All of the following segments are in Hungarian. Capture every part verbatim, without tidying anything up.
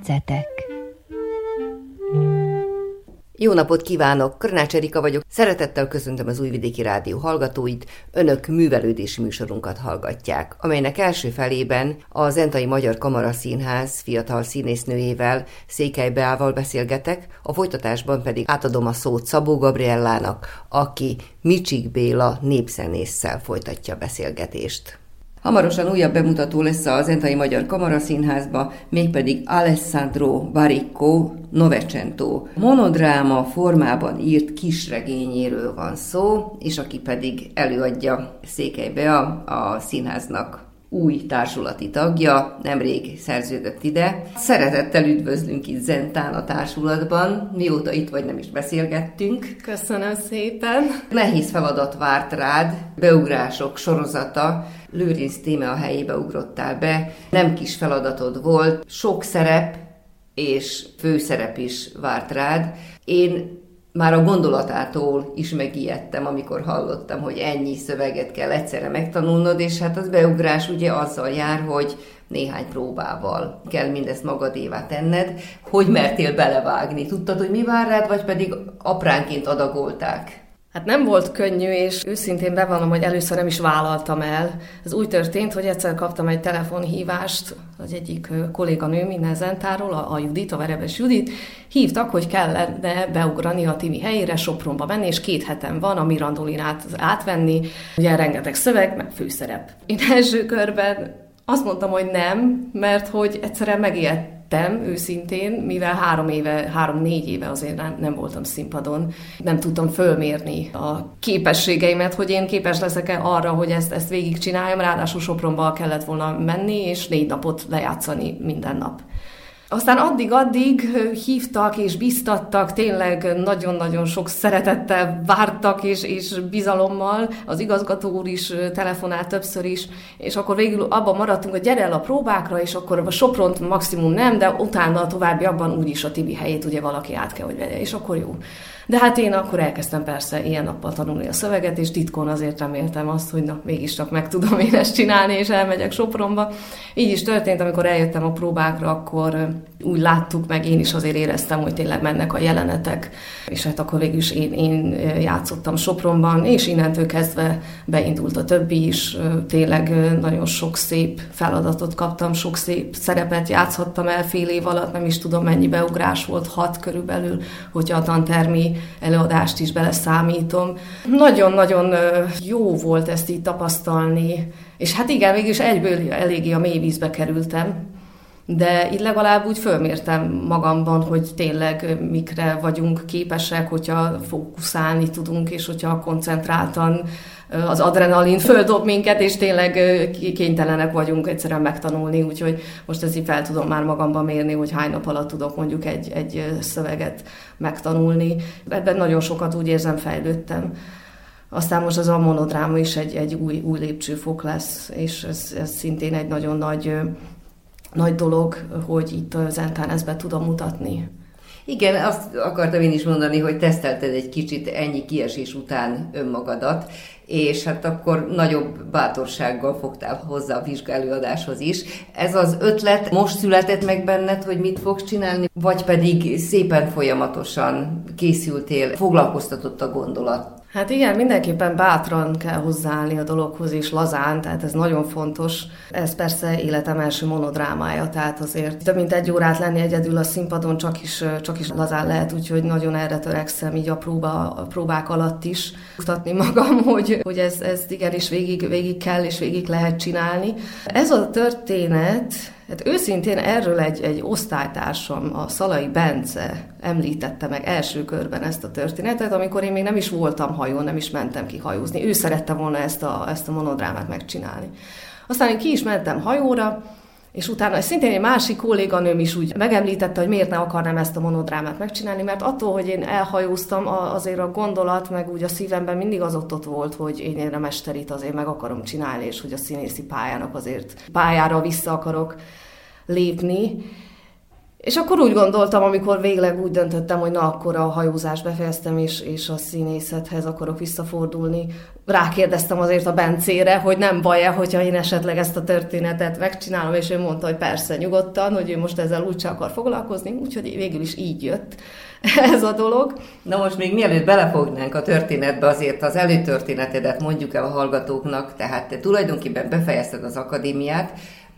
Jegyzetek. Jó napot kívánok! Krnács Erika vagyok. Szeretettel köszöntöm az Újvidéki Rádió hallgatóit. Önök művelődési műsorunkat hallgatják, amelynek első felében a Zentai Magyar Kamaraszínház fiatal színésznőjével, Székely Beával beszélgetek, a folytatásban pedig átadom a szót Szabó Gabriellának, aki Micsik Béla népzenésszel folytatja a beszélgetést. Hamarosan újabb bemutató lesz a Zentai Magyar Kamaraszínházba, mégpedig Alessandro Baricco Novecento monodráma formában írt kisregényéről van szó, és aki pedig előadja Székely Bea, a színháznak új társulati tagja, nemrég szerződött ide. Szeretettel üdvözlünk itt Zentán a társulatban, mióta itt vagy nem is beszélgettünk. Köszönöm szépen! Nehéz feladat várt rád, beugrások sorozata, Lőrinc Tíme a helyébe ugrottál be, nem kis feladatod volt, sok szerep és főszerep is várt rád. Én már a gondolatától is megijedtem, amikor hallottam, hogy ennyi szöveget kell egyszerre megtanulnod, és hát az beugrás ugye azzal jár, hogy néhány próbával kell mindezt magadévá tenned. Hogy mertél belevágni? Tudtad, hogy mi vár rád, vagy pedig apránként adagolták? Hát nem volt könnyű, és őszintén bevallom, hogy először nem is vállaltam el. Ez úgy történt, hogy egyszer kaptam egy telefonhívást, az egyik kolléganő minden Zentáról, a, a Judit, a Verebes Judit, hívtak, hogy kellene beugrani a Timi helyére, Sopronba menni, és két hetem van a Mirandolinát átvenni, ugye rengeteg szöveg, meg főszerep. Én első körben azt mondtam, hogy nem, mert hogy egyszerűen megijedt. Őszintén, mivel három éve, három-négy éve azért nem, nem voltam színpadon, nem tudtam fölmérni a képességeimet, hogy én képes leszek-e arra, hogy ezt, ezt végigcsináljam, ráadásul Sopronba kellett volna menni, és négy napot lejátszani minden nap. Aztán addig-addig hívtak és biztattak, tényleg nagyon-nagyon sok szeretettel vártak és, és bizalommal, az igazgató úr is telefonált többször is, és akkor végül abban maradtunk, hogy gyere el a próbákra, és akkor a Sopront maximum nem, de utána a továbbiakban úgyis a Tibi helyét ugye valaki át kell, hogy vegye, és akkor jó. De hát én akkor elkezdtem persze ilyen nappal tanulni a szöveget, és titkon azért reméltem azt, hogy na, mégiscsak meg tudom én ezt csinálni, és elmegyek Sopronba. Így is történt, amikor eljöttem a próbákra, akkor úgy láttuk meg, én is azért éreztem, hogy tényleg mennek a jelenetek, és hát akkor végül is én, én játszottam Sopronban, és innentől kezdve beindult a többi is. Tényleg nagyon sok szép feladatot kaptam, sok szép szerepet játszhattam el fél év alatt, nem is tudom mennyi beugrás volt, hat körülbelül, hogyha a tantermi előadást is beleszámítom. Nagyon-nagyon jó volt ezt így tapasztalni, és hát igen, végülis egyből eléggé a mély vízbe kerültem, de így legalább úgy fölmértem magamban, hogy tényleg mikre vagyunk képesek, hogyha fókuszálni tudunk, és hogyha koncentráltan az adrenalin földob minket, és tényleg kénytelenek vagyunk egyszerűen megtanulni, úgyhogy most ezt így fel tudom már magamban mérni, hogy hány nap alatt tudok mondjuk egy, egy szöveget megtanulni. Ebben nagyon sokat úgy érzem fejlődtem. Aztán most az a monodráma is egy, egy új, új lépcsőfok lesz, és ez, ez szintén egy nagyon nagy, nagy dolog, hogy itt a Zentán ezt be tudom mutatni. Igen, azt akartam én is mondani, hogy tesztelted egy kicsit ennyi kiesés után önmagadat, és hát akkor nagyobb bátorsággal fogtál hozzá a vizsgaelőadáshoz is. Ez az ötlet most született meg benned, hogy mit fogsz csinálni, vagy pedig szépen folyamatosan készültél, foglalkoztatott a gondolat? Hát igen, mindenképpen bátran kell hozzáállni a dologhoz, és lazán, tehát ez nagyon fontos. Ez persze életem első monodrámája, tehát azért több mint egy órát lenni egyedül a színpadon csak is, csak is lazán lehet, úgyhogy nagyon erre törekszem így a, próba, a próbák alatt is. Mutatni magam, hogy, hogy ez, ez igenis végig, végig kell és végig lehet csinálni. Ez a történet, hát őszintén erről egy, egy osztálytársam, a Szalai Bence említette meg első körben ezt a történetet, amikor én még nem is voltam hajón, nem is mentem ki hajózni. Ő szerette volna ezt a, ezt a monodrámát megcsinálni. Aztán én ki is mentem hajóra, és utána szintén egy másik kolléganőm is úgy megemlítette, hogy miért ne akarnám ezt a monodrámát megcsinálni, mert attól, hogy én elhajóztam, azért a gondolat, meg úgy a szívemben mindig az ott, ott volt, hogy én én a mesterit azért meg akarom csinálni, és hogy a színészi pályának azért pályára vissza akarok lépni. És akkor úgy gondoltam, amikor végleg úgy döntöttem, hogy na, akkor a hajózást befejeztem, és, és a színészethez akarok visszafordulni. Rákérdeztem azért a Bencére, hogy nem baj-e, hogyha én esetleg ezt a történetet megcsinálom, és ő mondta, hogy persze, nyugodtan, hogy ő most ezzel úgyse akar foglalkozni, úgyhogy végül is így jött ez a dolog. Na most még mielőtt belefognánk a történetbe, azért az előtörténetedet mondjuk el a hallgatóknak, tehát te tulajdonképpen befejezted az akadémiát,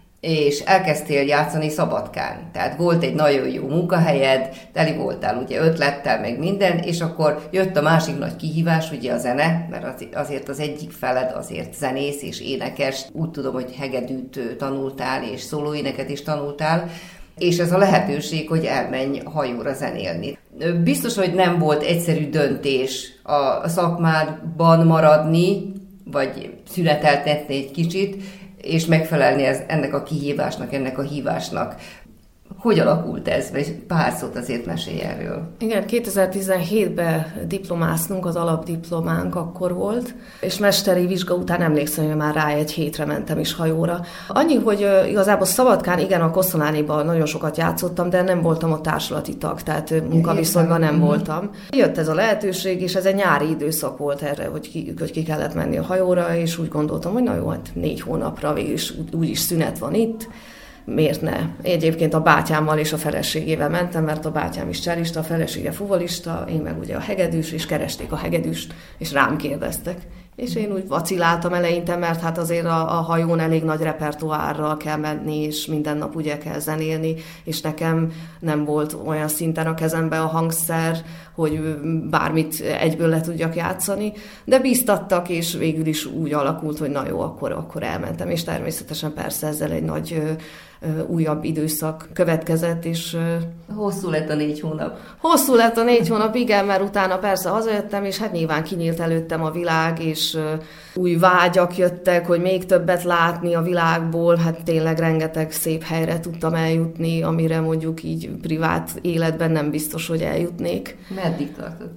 és elkezdtél játszani Szabadkán. Tehát volt egy nagyon jó munkahelyed, teli voltál ugye ötlettel, meg minden, és akkor jött a másik nagy kihívás, ugye a zene, mert azért az egyik feled azért zenész és énekes, úgy tudom, hogy hegedűt tanultál, és szólóéneket is tanultál, és ez a lehetőség, hogy elmenj hajóra zenélni. Biztos, hogy nem volt egyszerű döntés a szakmádban maradni, vagy szüneteltetni egy kicsit, és megfelelni ez, ennek a kihívásnak, ennek a hívásnak. Hogy alakult ez? Vagy pár szót azért mesélj erről. Igen, kétezer-tizenhétben diplomáztunk, az alapdiplománk akkor volt, és mesteri vizsga után emlékszem, hogy már rá egy hétre mentem is hajóra. Annyi, hogy igazából Szabadkán, igen, a Kosztolániban nagyon sokat játszottam, de nem voltam ott társulati tag, tehát munkaviszonyban nem mm-hmm. voltam. Jött ez a lehetőség, és ez egy nyári időszak volt erre, hogy ki, hogy ki kellett menni a hajóra, és úgy gondoltam, hogy na jó, hát négy hónapra végül is úgyis szünet van itt. Miért ne? Egyébként a bátyámmal és a feleségével mentem, mert a bátyám is cselista, a felesége fuvolista, én meg ugye a hegedűs, és keresték a hegedűst, és rám kérdeztek. És én úgy vaciláltam eleinte, mert hát azért a, a hajón elég nagy repertoárral kell menni, és minden nap ugye kell zenélni, és nekem nem volt olyan szinten a kezembe a hangszer, hogy bármit egyből le tudjak játszani, de bíztattak, és végül is úgy alakult, hogy na jó, akkor, akkor elmentem, és természetesen persze ezzel egy nagy ö, ö, újabb időszak következett, és... Ö, hosszú lett a négy hónap. Hosszú lett a négy hónap, igen, mert utána persze hazajöttem, és hát nyilván kinyílt előttem a világ, és ö, új vágyak jöttek, hogy még többet látni a világból, hát tényleg rengeteg szép helyre tudtam eljutni, amire mondjuk így privát életben nem biztos, hogy eljutnék. Meddig tartott?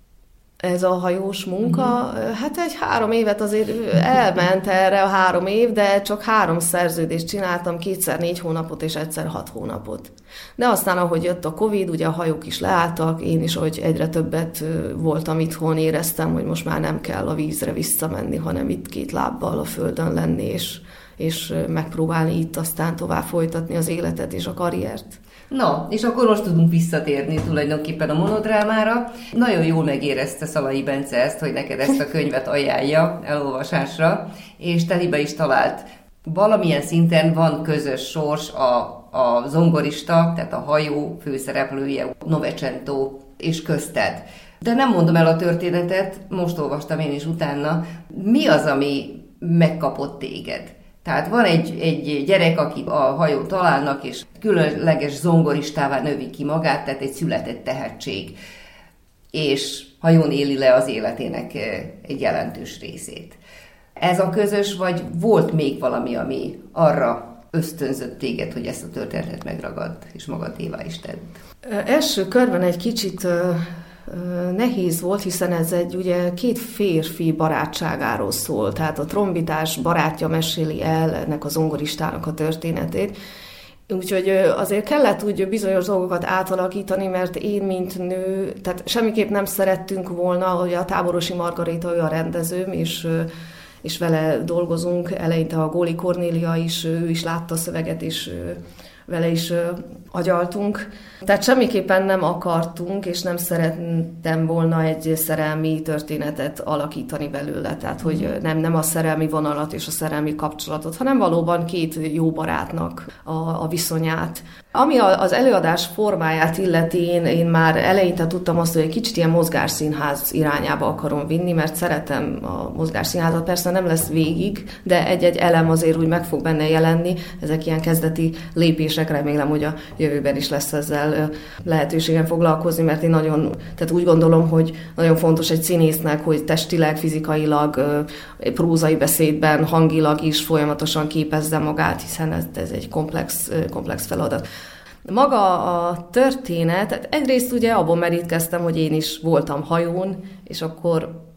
Ez a hajós munka, uh-huh. hát egy három évet azért elment erre a három év, de csak három szerződést csináltam, kétszer négy hónapot és egyszer hat hónapot. De aztán, ahogy jött a Covid, ugye a hajók is leálltak, én is, hogy egyre többet voltam itthon, éreztem, hogy most már nem kell a vízre visszamenni, hanem itt két lábbal a földön lenni, és, és megpróbálni itt aztán tovább folytatni az életet és a karriert. Na, és akkor most tudunk visszatérni tulajdonképpen a monodrámára. Nagyon jól megérezte Szalai Bence ezt, hogy neked ezt a könyvet ajánlja elolvasásra, és telibe is talált. Valamilyen szinten van közös sors a, a zongorista, tehát a hajó főszereplője, Novecento és közted. De nem mondom el a történetet, most olvastam én is utána. Mi az, ami megkapott téged? Tehát van egy, egy gyerek, aki a hajón találnak, és különleges zongoristává növi ki magát, tehát egy született tehetség, és hajón éli le az életének egy jelentős részét. Ez a közös, vagy volt még valami, ami arra ösztönzött téged, hogy ezt a történetet megragad, és magadévá is tedd? Első körben egy kicsit nehéz volt, hiszen ez egy ugye két férfi barátságáról szól, tehát a trombitás barátja meséli el ennek a zongoristának a történetét, úgyhogy azért kellett úgy bizonyos dolgokat átalakítani, mert én, mint nő, tehát semmiképp nem szerettünk volna, hogy a Táborosi Margaréta ő a rendezőm, és, és vele dolgozunk, eleinte a Góli Kornélia is, ő is látta a szöveget, és vele is agyaltunk. Tehát semmiképpen nem akartunk, és nem szerettem volna egy szerelmi történetet alakítani belőle. Tehát, hogy nem, nem a szerelmi vonalat és a szerelmi kapcsolatot, hanem valóban két jó barátnak a, a viszonyát. Ami a, az előadás formáját illeti, én, én már eleinte tudtam azt, hogy egy kicsit ilyen mozgásszínház irányába akarom vinni, mert szeretem a mozgásszínházat, persze nem lesz végig, de egy-egy elem azért úgy meg fog benne jelenni. Ezek ilyen kezdeti lépések, remélem, hogy a jövőben is lesz ezzel lehetőségem foglalkozni, mert én nagyon, tehát úgy gondolom, hogy nagyon fontos egy színésznek, hogy testileg, fizikailag, prózai beszédben, hangilag is folyamatosan képezze magát, hiszen ez, ez egy komplex, komplex feladat. Maga a történet, egyrészt ugye abban merítkeztem, hogy én is voltam hajón, és akkor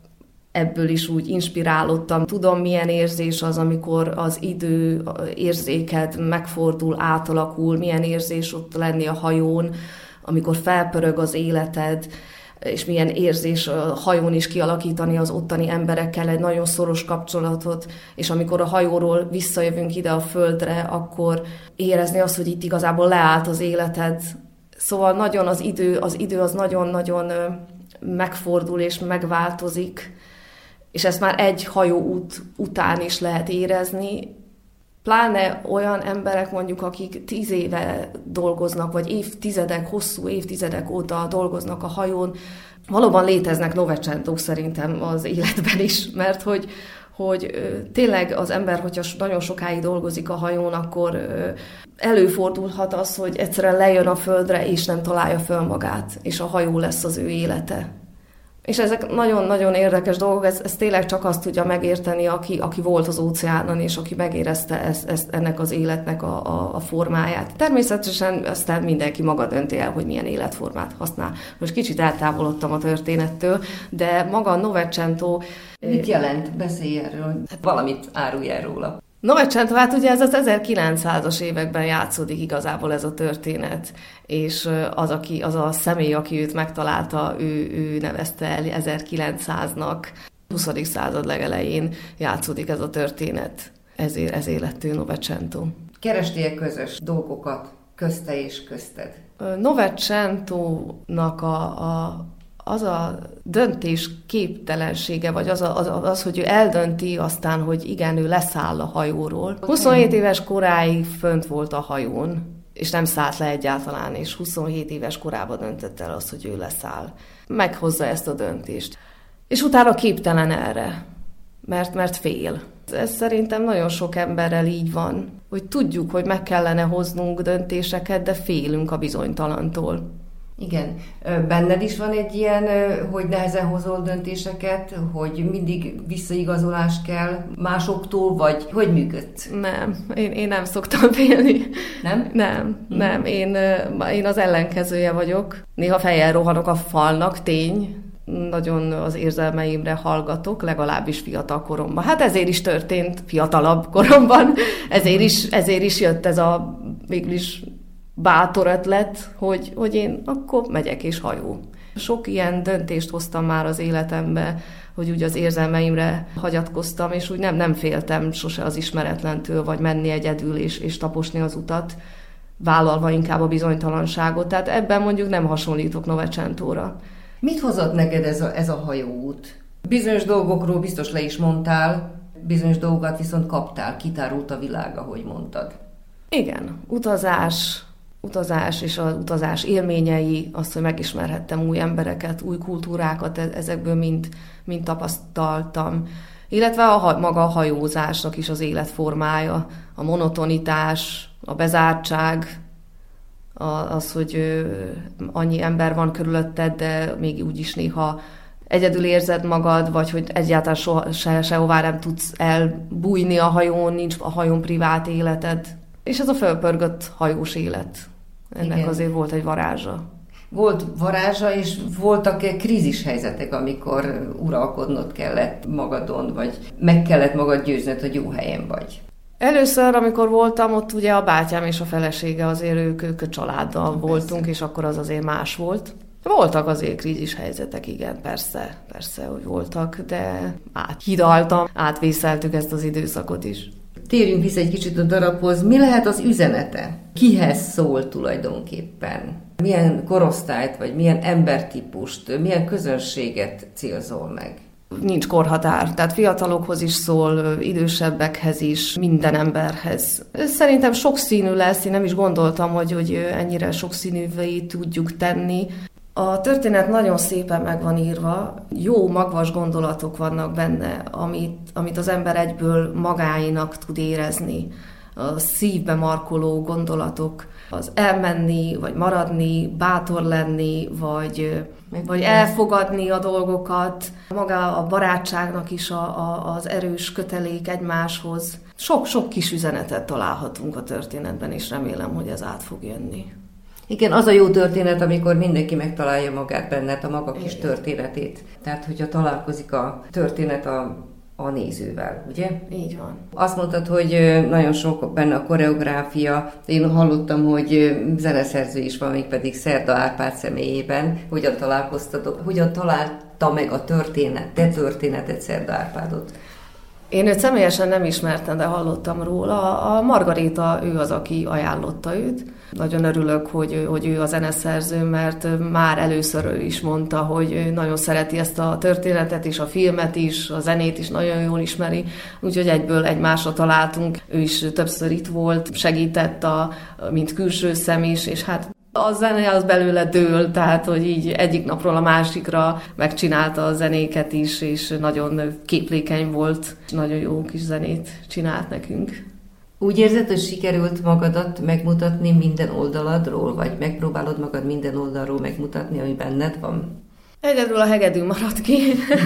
ebből is úgy inspirálódtam. Tudom, milyen érzés az, amikor az idő érzéked megfordul, átalakul, milyen érzés ott lenni a hajón, amikor felpörög az életed, és milyen érzés a hajón is kialakítani az ottani emberekkel egy nagyon szoros kapcsolatot, és amikor a hajóról visszajövünk ide a földre, akkor érezni azt, hogy itt igazából leállt az életed. Szóval nagyon az idő, az idő az nagyon-nagyon megfordul és megváltozik, és ezt már egy hajóút után is lehet érezni, pláne olyan emberek mondjuk, akik tíz éve dolgoznak, vagy évtizedek, hosszú évtizedek óta dolgoznak a hajón, valóban léteznek Novecentók szerintem az életben is, mert hogy, hogy tényleg az ember, hogyha nagyon sokáig dolgozik a hajón, akkor előfordulhat az, hogy egyszerűen lejön a földre, és nem találja föl magát, és a hajó lesz az ő élete. És ezek nagyon-nagyon érdekes dolgok, ez, ez tényleg csak azt tudja megérteni, aki, aki volt az óceánon, és aki megérezte ezt, ezt, ennek az életnek a, a, a formáját. Természetesen aztán mindenki maga dönti el, hogy milyen életformát használ. Most kicsit eltávolodtam a történettől, de maga a Novecento... Mit jelent? Beszélj erről, valamit árulj el róla. Novecento, hát ugye ez az ezerkilencszázas években játszódik igazából ez a történet, és az, aki, az a személy, aki őt megtalálta, ő, ő nevezte el ezerkilencszáznak. huszadik század legelején játszódik ez a történet, ezért, ezért lett ő Novecento. Kerestél közös dolgokat közte és közted? Novecentónak a, a az a döntés képtelensége, vagy az, a, az, az, hogy ő eldönti aztán, hogy igen, ő leszáll a hajóról. huszonhét éves koráig fönt volt a hajón, és nem szállt le egyáltalán, és huszonhét éves korában döntött el azt, hogy ő leszáll. Meghozza ezt a döntést. És utána képtelen erre, mert, mert fél. Ez szerintem nagyon sok emberrel így van, hogy tudjuk, hogy meg kellene hoznunk döntéseket, de félünk a bizonytalantól. Igen. Benned is van egy ilyen, hogy nehezen hozol döntéseket, hogy mindig visszaigazolás kell másoktól, vagy hogy működsz? Nem, én, én nem szoktam félni. Nem? Nem, hm. nem. Én, én az ellenkezője vagyok. Néha fejjel rohanok a falnak, tény. Nagyon az érzelmeimre hallgatok, legalábbis fiatal koromban. Hát ezért is történt fiatalabb koromban, ezért is, ezért is jött ez a végülis bátor ötlet, hogy, hogy én akkor megyek és hajó. Sok ilyen döntést hoztam már az életembe, hogy úgy az érzelmeimre hagyatkoztam, és úgy nem, nem féltem sose az ismeretlentől, vagy menni egyedül és, és taposni az utat, vállalva inkább a bizonytalanságot. Tehát ebben mondjuk nem hasonlítok Novecentóra. Mit hozott neked ez a, ez a hajóút? Bizonyos dolgokról biztos le is mondtál, bizonyos dolgokat viszont kaptál, kitárult a világ, ahogy mondtad. Igen, utazás, utazás és az utazás élményei, azt, hogy megismerhettem új embereket, új kultúrákat, ezekből mind, mind tapasztaltam. Illetve a, maga a hajózásnak is az életformája, a monotonitás, a bezártság, az, hogy annyi ember van körülötted, de még úgyis néha egyedül érzed magad, vagy hogy egyáltalán soha, se, sehová nem tudsz elbújni a hajón, nincs a hajón privát életed. És ez a fölpörgött hajós élet. Ennek Igen. azért volt egy varázsa. Volt varázsa, és voltak krízis helyzetek, amikor uralkodnod kellett magadon, vagy meg kellett magad győznöd, hogy jó helyen vagy. Először, amikor voltam, ott ugye a bátyám és a felesége, azért ők, ők a családdal persze. voltunk, és akkor az azért más volt. Voltak azért krízis helyzetek, igen, persze, persze, hogy voltak, de áthidaltam, átvészeltük ezt az időszakot is. Térjünk vissza egy kicsit a darabhoz. Mi lehet az üzenete? Kihez szól tulajdonképpen? Milyen korosztályt, vagy milyen embertípust, milyen közönséget célzol meg? Nincs korhatár, tehát fiatalokhoz is szól, idősebbekhez is, minden emberhez. Szerintem sokszínű lesz, én nem is gondoltam, hogy, hogy ennyire sokszínűvé tudjuk tenni. A történet nagyon szépen meg van írva, jó, magvas gondolatok vannak benne, amit, amit az ember egyből magáénak tud érezni. A szívbe markoló gondolatok, az elmenni, vagy maradni, bátor lenni, vagy, vagy elfogadni a dolgokat. Maga a barátságnak is a, a, az erős kötelék egymáshoz. Sok-sok kis üzenetet találhatunk a történetben, és remélem, hogy ez át fog jönni. Igen, az a jó történet, amikor mindenki megtalálja magát benned, a maga kis Igen. történetét. Tehát, hogyha találkozik a történet a, a nézővel, ugye? Így van. Azt mondtad, hogy nagyon sok benne a koreográfia. Én hallottam, hogy zeneszerző is van, még pedig Szerda Árpád személyében. Hogyan találkoztatok? Hogyan találta meg a történet, te történetet Szerda Árpádot? Én őt személyesen nem ismertem, de hallottam róla. A Margaréta, ő az, aki ajánlotta őt. Nagyon örülök, hogy, hogy ő a zeneszerző, mert már először ő is mondta, hogy nagyon szereti ezt a történetet és a filmet is, a zenét is nagyon jól ismeri, úgyhogy egyből egymásra találtunk. Ő is többször itt volt, segített, a, mint külső szem is, és hát a zene az belőle dől, tehát hogy így egyik napról a másikra megcsinálta a zenéket is, és nagyon képlékeny volt, nagyon jó kis zenét csinált nekünk. Úgy érzed, hogy sikerült magadat megmutatni minden oldaladról, vagy megpróbálod magad minden oldalról megmutatni, ami benned van? Egyedül a hegedű maradt ki.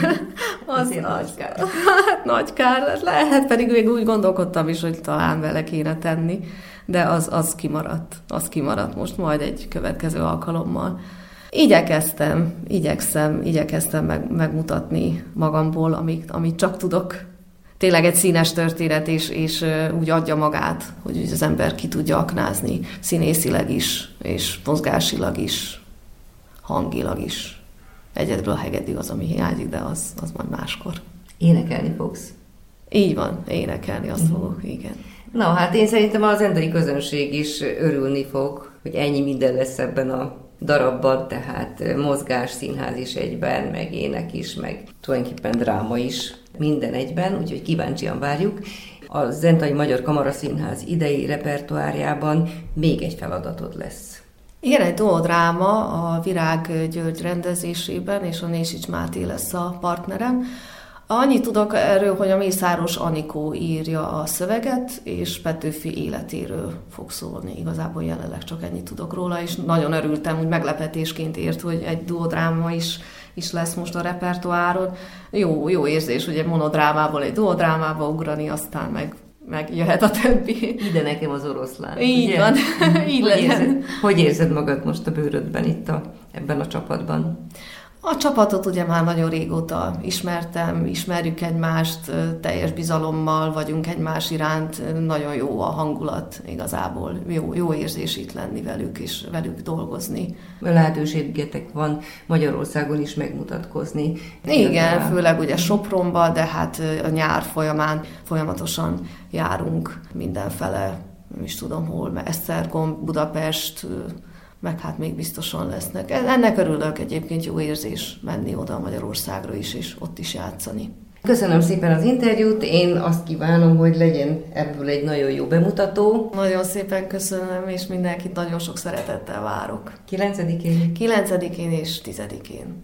Az nagy kár. Hát nagy kár, lehet, pedig még úgy gondolkodtam is, hogy talán vele kéne tenni, de az, az kimaradt. Az kimaradt most majd egy következő alkalommal. Igyekeztem, igyekszem, igyekeztem meg, megmutatni magamból, amit, amit csak tudok. Tényleg egy színes történet, és, és úgy adja magát, hogy az ember ki tudja aknázni színészileg is, és mozgásilag is, hangilag is. Egyedül a hegedű az, ami hiányzik, de az, az majd máskor. Énekelni fogsz? Így van, énekelni azt uh-huh. fogok, igen. Na, hát én szerintem az zenei közönség is örülni fog, hogy ennyi minden lesz ebben a darabban, tehát mozgás, színház is egyben, meg ének is, meg tulajdonképpen dráma is, minden egyben, úgyhogy kíváncsian várjuk. A Zentai Magyar Kamaraszínház idei repertoárjában még egy feladatod lesz. Igen, egy duodráma a Virág György rendezésében, és a Nésics Máté lesz a partnerem. Annyit tudok erről, hogy a Mészáros Anikó írja a szöveget, és Petőfi életéről fog szólni. Igazából jelenleg csak ennyit tudok róla, és nagyon örültem, hogy meglepetésként ért, hogy egy duodráma is, is lesz most a repertoáron. Jó, jó érzés, hogy egy monodrámából egy duodrámába ugrani, aztán meg, meg jöhet a többi. Ide nekem az oroszlán. Így ugye? Van, így hogy legyen. Érzed, hogy érzed magad most a bőrödben itt a, ebben a csapatban? A csapatot ugye már nagyon régóta ismertem, ismerjük egymást, teljes bizalommal vagyunk egymás iránt, nagyon jó a hangulat igazából, jó, jó érzés itt lenni velük és velük dolgozni. Lehetőségetek van Magyarországon is megmutatkozni. Igen, főleg ugye Sopronban, de hát a nyár folyamán folyamatosan járunk mindenfele, nem is tudom hol, mert Esztergom, Budapest, meg hát még biztosan lesznek. Ennek örülök, egyébként jó érzés menni oda Magyarországra is, és ott is játszani. Köszönöm szépen az interjút, én azt kívánom, hogy legyen ebből egy nagyon jó bemutató. Nagyon szépen köszönöm, és mindenkit nagyon sok szeretettel várok. kilencedikén? kilencedikén és tizedikén.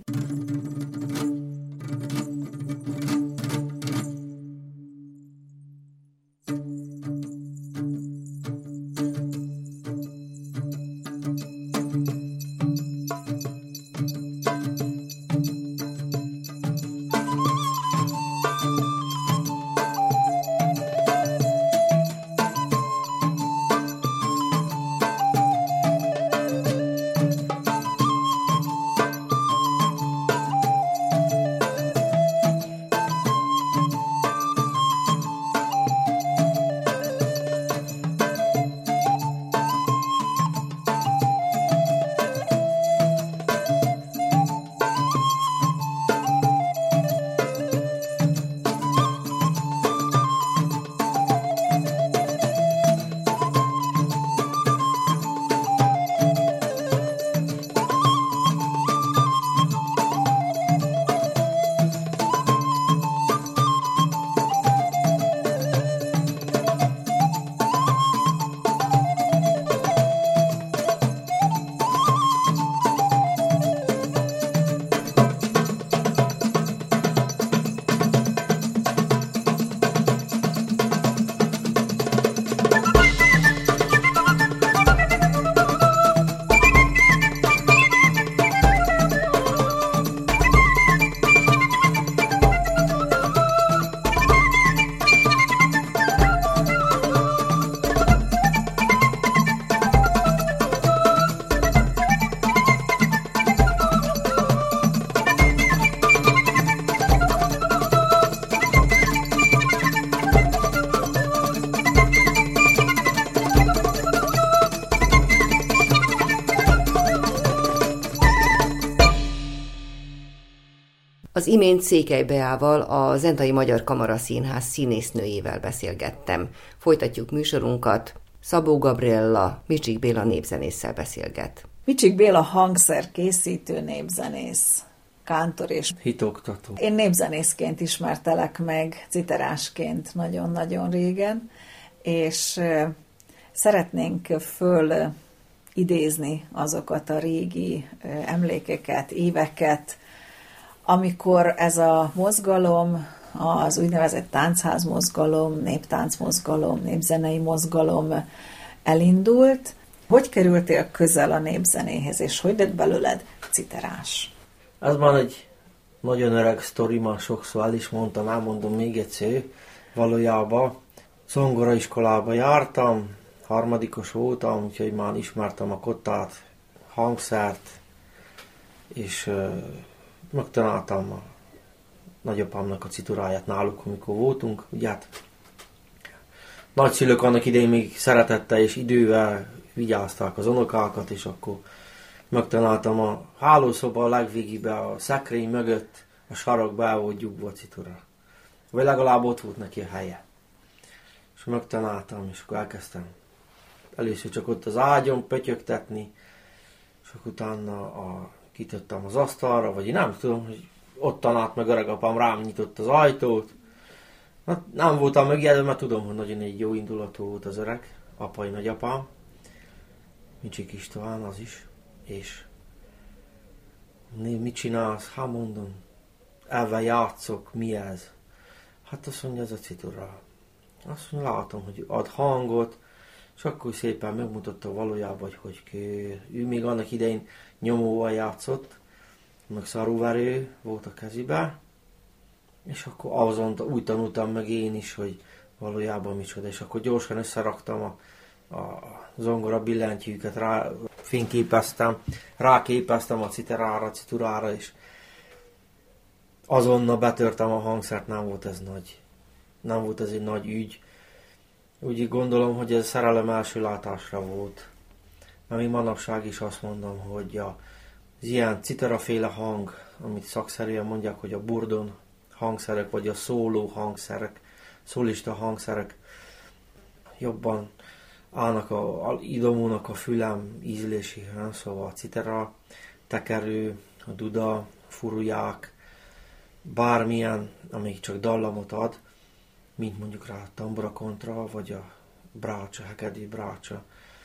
imént Székely Beával, a Zentai Magyar Kamaraszínház színésznőjével beszélgettem. Folytatjuk műsorunkat. Szabó Gabriella, Micsik Béla népzenésszel beszélget. Micsik Béla hangszerkészítő, népzenész, kántor és hitoktató. Én népzenészként ismertelek meg, citerásként nagyon-nagyon régen, és szeretnénk föl idézni azokat a régi emlékeket, éveket, amikor ez a mozgalom, az úgynevezett táncház mozgalom, néptánc mozgalom, népzenei mozgalom elindult. Hogy kerültél közel a népzenéhez, és hogy lett belőled citerás? Ez már egy nagyon öreg sztori, már sokszor el is mondtam, elmondom még egyszer. Valójában zongoraiskolába jártam, harmadikos voltam, úgyhogy már ismertem a kottát, hangszert, és uh, megtanáltam a nagyapámnak a cituráját náluk, amikor voltunk. Ugye hát nagyszülők annak idején még szeretettel és idővel vigyázták az unokákat, és akkor megtanáltam a hálószoba a legvégigbe, a szekrény mögött, a sarokba el volt gyugva a citura. Vagy legalább ott volt neki a helye. És megtanáltam, és akkor elkezdtem először csak ott az ágyon pötyögtetni, és akkor utána a, kitöttem az asztalra, vagy én nem tudom, hogy ott tanált meg öregapám, rám nyitott az ajtót. Hát nem voltam megijedve, mert tudom, hogy nagyon egy jó indulatú volt az öreg, apai nagyapám, Micsik István az is, és mit csinálsz? Hát mondom, elve játszok, mi ez? Hát azt mondja, ez a citura. Azt mondja, látom, hogy ad hangot, és akkor szépen megmutatta valójában, hogy hogy kell. Ő még annak idején nyomóval játszott, meg szarúverő volt a kezébe, és akkor azon úgy tanultam meg én is, hogy valójában micsoda, és akkor gyorsan összeraktam a, a zongora billentyűket, rá fényképeztem, ráképeztem a citerára, a citurára, és azonnal betörtem a hangszert, nem volt ez nagy, nem volt ez egy nagy ügy. Úgy gondolom, hogy ez szerelem első látásra volt. Mert még manapság is azt mondom, hogy a, az ilyen citaraféle hang, amit szakszerűen mondják, hogy a burdon hangszerek, vagy a szóló hangszerek, szólista hangszerek jobban állnak a, a idomónak a fülem ízléséhez, szóval a citera, tekerő, a duda, furuják, bármilyen, amelyik csak dallamot ad, mint mondjuk rá a tambura kontra, vagy a brácsa, hegedű brácsa,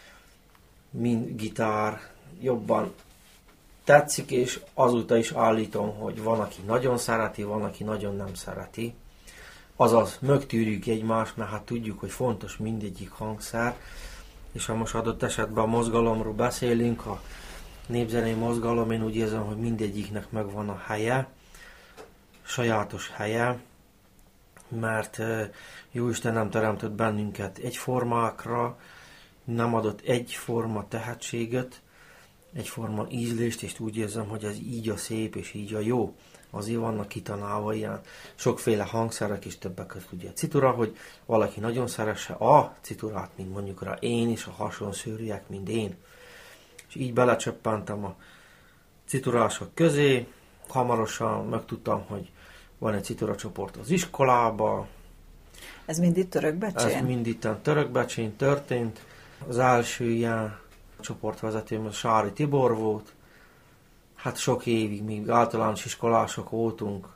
mint gitár, jobban tetszik, és azóta is állítom, hogy van, aki nagyon szereti, van, aki nagyon nem szereti. Azaz, megtűrjük egymást, mert hát tudjuk, hogy fontos mindegyik hangszer, és ha most adott esetben a mozgalomról beszélünk, a népzenei mozgalom, én úgy érzem, hogy mindegyiknek megvan a helye, sajátos helye, mert Jóisten nem teremtett bennünket egyformákra, nem adott egyforma tehetséget, egyforma ízlést, és úgy érzem, hogy ez így a szép, és így a jó. Azért vannak kitanálva ilyen sokféle hangszerek, és többek között ugye a citura, hogy valaki nagyon szeresse a citurát, mint mondjuk rá én, és a hasonszőrűek, mint én. És így belecsöppentem a citurások közé, hamarosan megtudtam, hogy van egy citura csoport az iskolába. Ez mind itt Törökbecsén? Ez mind itt Törökbecsén történt. Az első ilyen csoportvezetőm az Sári Tibor volt. Hát sok évig, még általános iskolások voltunk.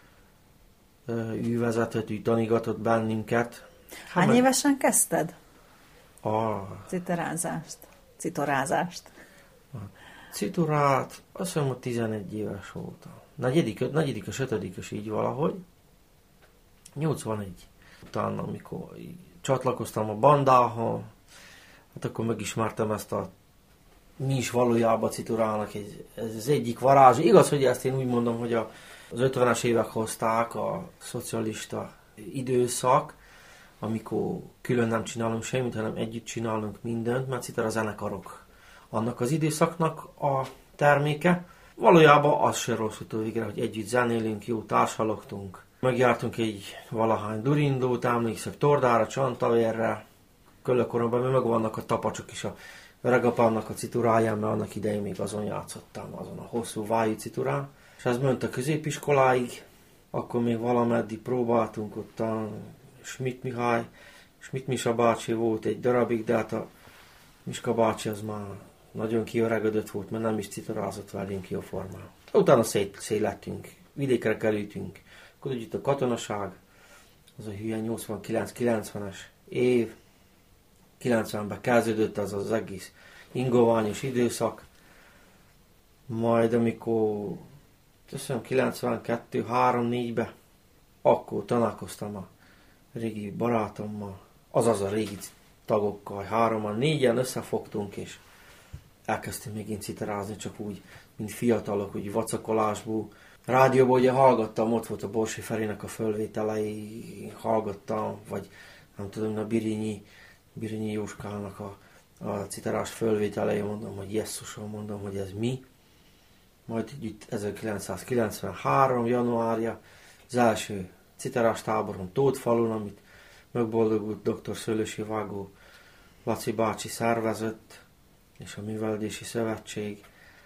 Ő vezetett, ő tanígatott bennünket. Hány hát, évesen kezdted? A citerázást. Citorázást. A citurát, azt hiszem, hogy tizenegy éves voltam. Negyedik, negyedikes, ötödikes így valahogy. nyolcvanegy. Utána, amikor csatlakoztam a bandához, hát akkor megismertem ezt a mi is valójában citurának egy, ez az egyik varázs. Igaz, hogy ezt én úgy mondom, hogy a, az ötvenes évek hozták, a szocialista időszak, amikor külön nem csinálunk semmit, hanem együtt csinálunk mindent, mert citera zenekarok annak az időszaknak a terméke. Valójában az se rossz utó végre, hogy együtt zenélünk, jó társalogtunk. Megjártunk egy valahány durindót, emlékszek Tordára, Csantavérre, Köllökoromban, mert meg vannak a tapacsok is a öregapámnak a cituráján, mert annak idején még azon játszottam, azon a hosszú vájú citurán. És ez ment a középiskoláig, akkor még valameddig próbáltunk ott a Schmidt Mihály, Schmidt Misa bácsi volt egy darabig, de hát a Miska bácsi az már nagyon kiöregedett volt, mert nem is citorázott velünk ki a formán. Utána szétlettünk, vidékre kerültünk, akkor úgy itt a katonaság, az a hülye nyolcvankilenc kilencvenes év, kilencvenben kezdődött az az egész ingoványos időszak, majd amikor köszönöm, kilencvenkettő három négyben, akkor találkoztam a régi barátommal, azaz a régi tagokkal, hároman, négyen összefogtunk, és elkezdtünk megint citerázni, csak úgy, mint fiatalok, úgy vacakolásból. Rádióban ugye hallgattam, ott volt a Borsi Ferinek a fölvételei, hallgattam, vagy nem tudom, a Birinyi, Birinyi Jóskának a, a citerás fölvételei, mondom, hogy jesszusom, mondom, hogy ez mi. Majd itt ezerkilencszázkilencvenhárom januárja, az első citerás táboron Tótfalun, amit megboldogult doktor Szőlősi Vágó Laci bácsi szervezett, és a Művelődési Szövetség.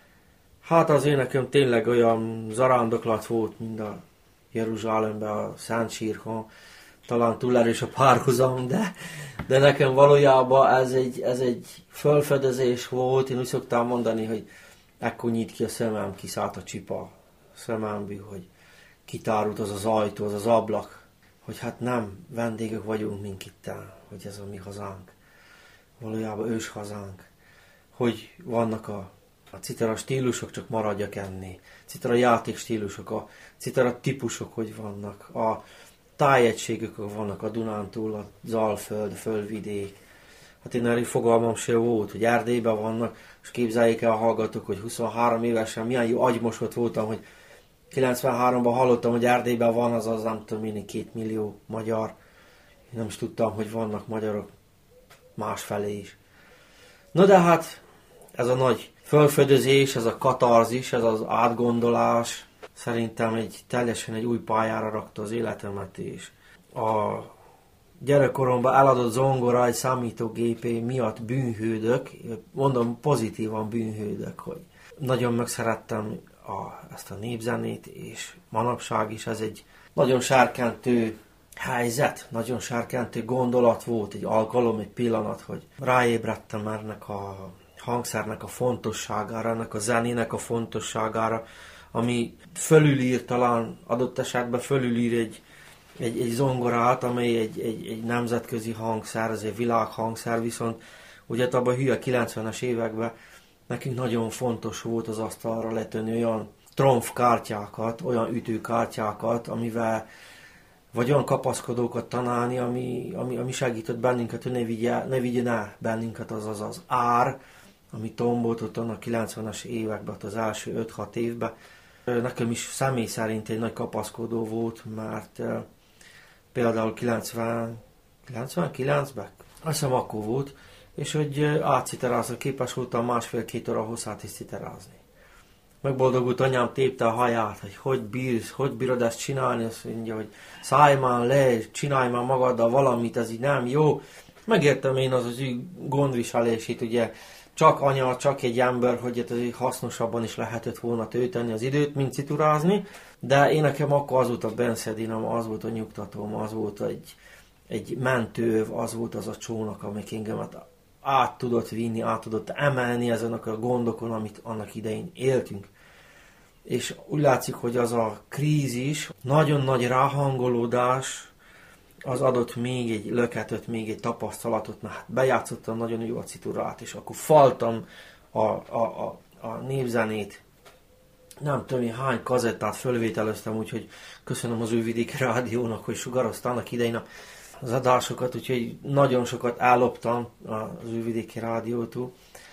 Hát az én nekem tényleg olyan zarándoklat volt, mint a Jeruzsálemben, a Szent Sírkon, talán túl erős a párhuzam, de, de nekem valójában ez egy, ez egy felfedezés volt. Én úgy szoktam mondani, hogy ekkor nyit ki a szemem, kiszállt a csipa a szememből, hogy kitárult az az ajtó, az az ablak, hogy hát nem vendégek vagyunk mink itten, hogy ez a mi hazánk, valójában ős hazánk, hogy vannak a, a citera stílusok, csak maradjak enni, citera játék stílusok, a citera típusok, hogy vannak, a tájegységek vannak a Dunántúl, a Zalföld, a Földvidék. Hát én erről fogalmam se volt, hogy Erdélyben vannak, és képzeljék el a hallgatók, hogy huszonhárom évesen milyen jó agymosott voltam, hogy kilencvenháromban hallottam, hogy Erdélyben van, azaz nem tudom én, két millió magyar. Én nem is tudtam, hogy vannak magyarok másfelé is. No de hát ez a nagy felfedezés, ez a katarzis, ez az átgondolás szerintem egy teljesen egy új pályára rakta az életemet, és a gyerekkoromban eladott zongora egy számítógépé miatt bűnhődök, mondom pozitívan bűnhődök, hogy nagyon megszerettem a, ezt a népzenét, és manapság is ez egy nagyon sárkentő helyzet, nagyon sárkentő gondolat volt, egy alkalom, egy pillanat, hogy ráébredtem ennek a hangszernek a fontosságára, ennek a zenének a fontosságára, ami fölülír talán, adott esetben fölülír egy, egy, egy zongorát, amely egy, egy, egy nemzetközi hangszer, ez egy világhangszer, viszont ugye abban a hülye kilencvenes években nekünk nagyon fontos volt az asztalra letenni olyan tromfkártyákat, olyan ütőkártyákat, amivel vagy olyan kapaszkodókat tanálni, ami, ami, ami segített bennünket, hogy ne, vigye, ne vigyen el bennünket az az, az ár, ami tombolt ott a kilencvenes években, az első öt-hat évben. Nekem is személy szerint egy nagy kapaszkodó volt, mert például kilencven, kilencvenkilencben, azt hiszem akkor volt, és hogy átciterázni, képes voltam másfél-két óra hosszát is citerázni. Megboldogult anyám tépte a haját, hogy hogy bírsz, hogy bírod ezt csinálni, azt mondja, hogy szállj már le, csinálj már magaddal valamit, ez így nem jó. Megértem én az az ő gondviselését, ugye csak anya, csak egy ember, hogy ez hasznosabban is lehetett volna tölteni az időt, mint citurázni, de én nekem akkor az volt a benszedinem, az volt a nyugtatóm, az volt egy, egy mentőv, az volt az a csónak, amik engemet át tudott vinni, át tudott emelni ezen a gondokon, amit annak idején éltünk. És úgy látszik, hogy az a krízis, nagyon nagy ráhangolódás, az adott még egy löketet, még egy tapasztalatot, mert hát bejátszottam nagyon jó a citurát, és akkor faltam a, a, a, a népzenét. Nem tudom, én hány kazettát fölvételeztem, úgyhogy köszönöm az Újvidéki Rádiónak, hogy sugarozta annak idején az adásokat, úgyhogy nagyon sokat elloptam az Újvidéki Rádiótól,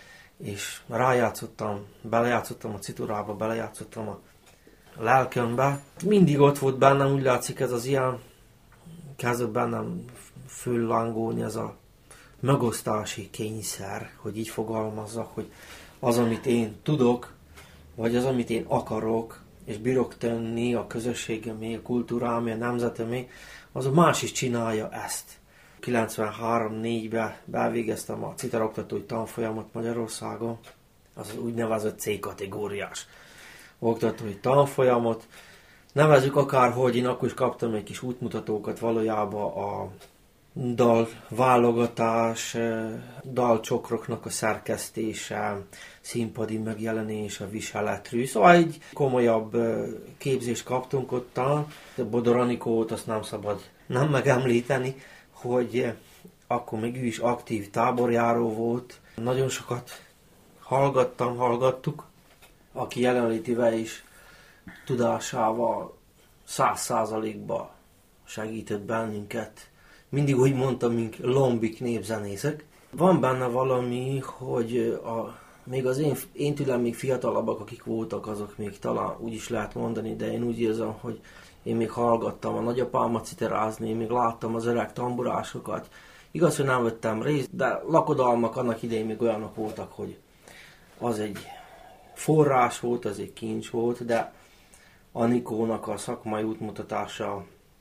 és rájátszottam, belejátszottam a citurába, belejátszottam a lelkembe. Mindig ott volt bennem, úgy látszik ez az ilyen, kezdett bennem föllángolni ez a megosztási kényszer, hogy így fogalmazzak, hogy az, amit én tudok, vagy az, amit én akarok, és bírok tenni a közösségemé, a kultúrámé, a nemzetemé, az a más is csinálja ezt. kilencvenhárom négyben bevégeztem a citeroktatói tanfolyamot Magyarországon, az úgynevezett C-kategóriás. oktatói tanfolyamot. Nevezzük akárhogy, én akkor is kaptam egy kis útmutatókat valójában a dal válogatás, dalcsokroknak a szerkesztése, színpadi megjelenés, a viseletrű. Szóval egy komolyabb képzést kaptunk ottan. Bodor Anikót azt nem szabad nem megemlíteni, hogy akkor még ő is aktív táborjáró volt. Nagyon sokat hallgattam, hallgattuk, aki jelenlétével is tudásával száz százalékban segített bennünket. Mindig úgy mondtam, mint lombik népzenészek. Van benne valami, hogy a, még az én, én tőlem még fiatalabbak, akik voltak, azok még talán úgy is lehet mondani, de én úgy érzem, hogy én még hallgattam a nagyapámat citerázni, én még láttam az öreg tamburásokat. Igaz, hogy nem vettem részt, de lakodalmak annak idején még olyanok voltak, hogy az egy forrás volt, az egy kincs volt, de Anikónak a szakmai útmutatása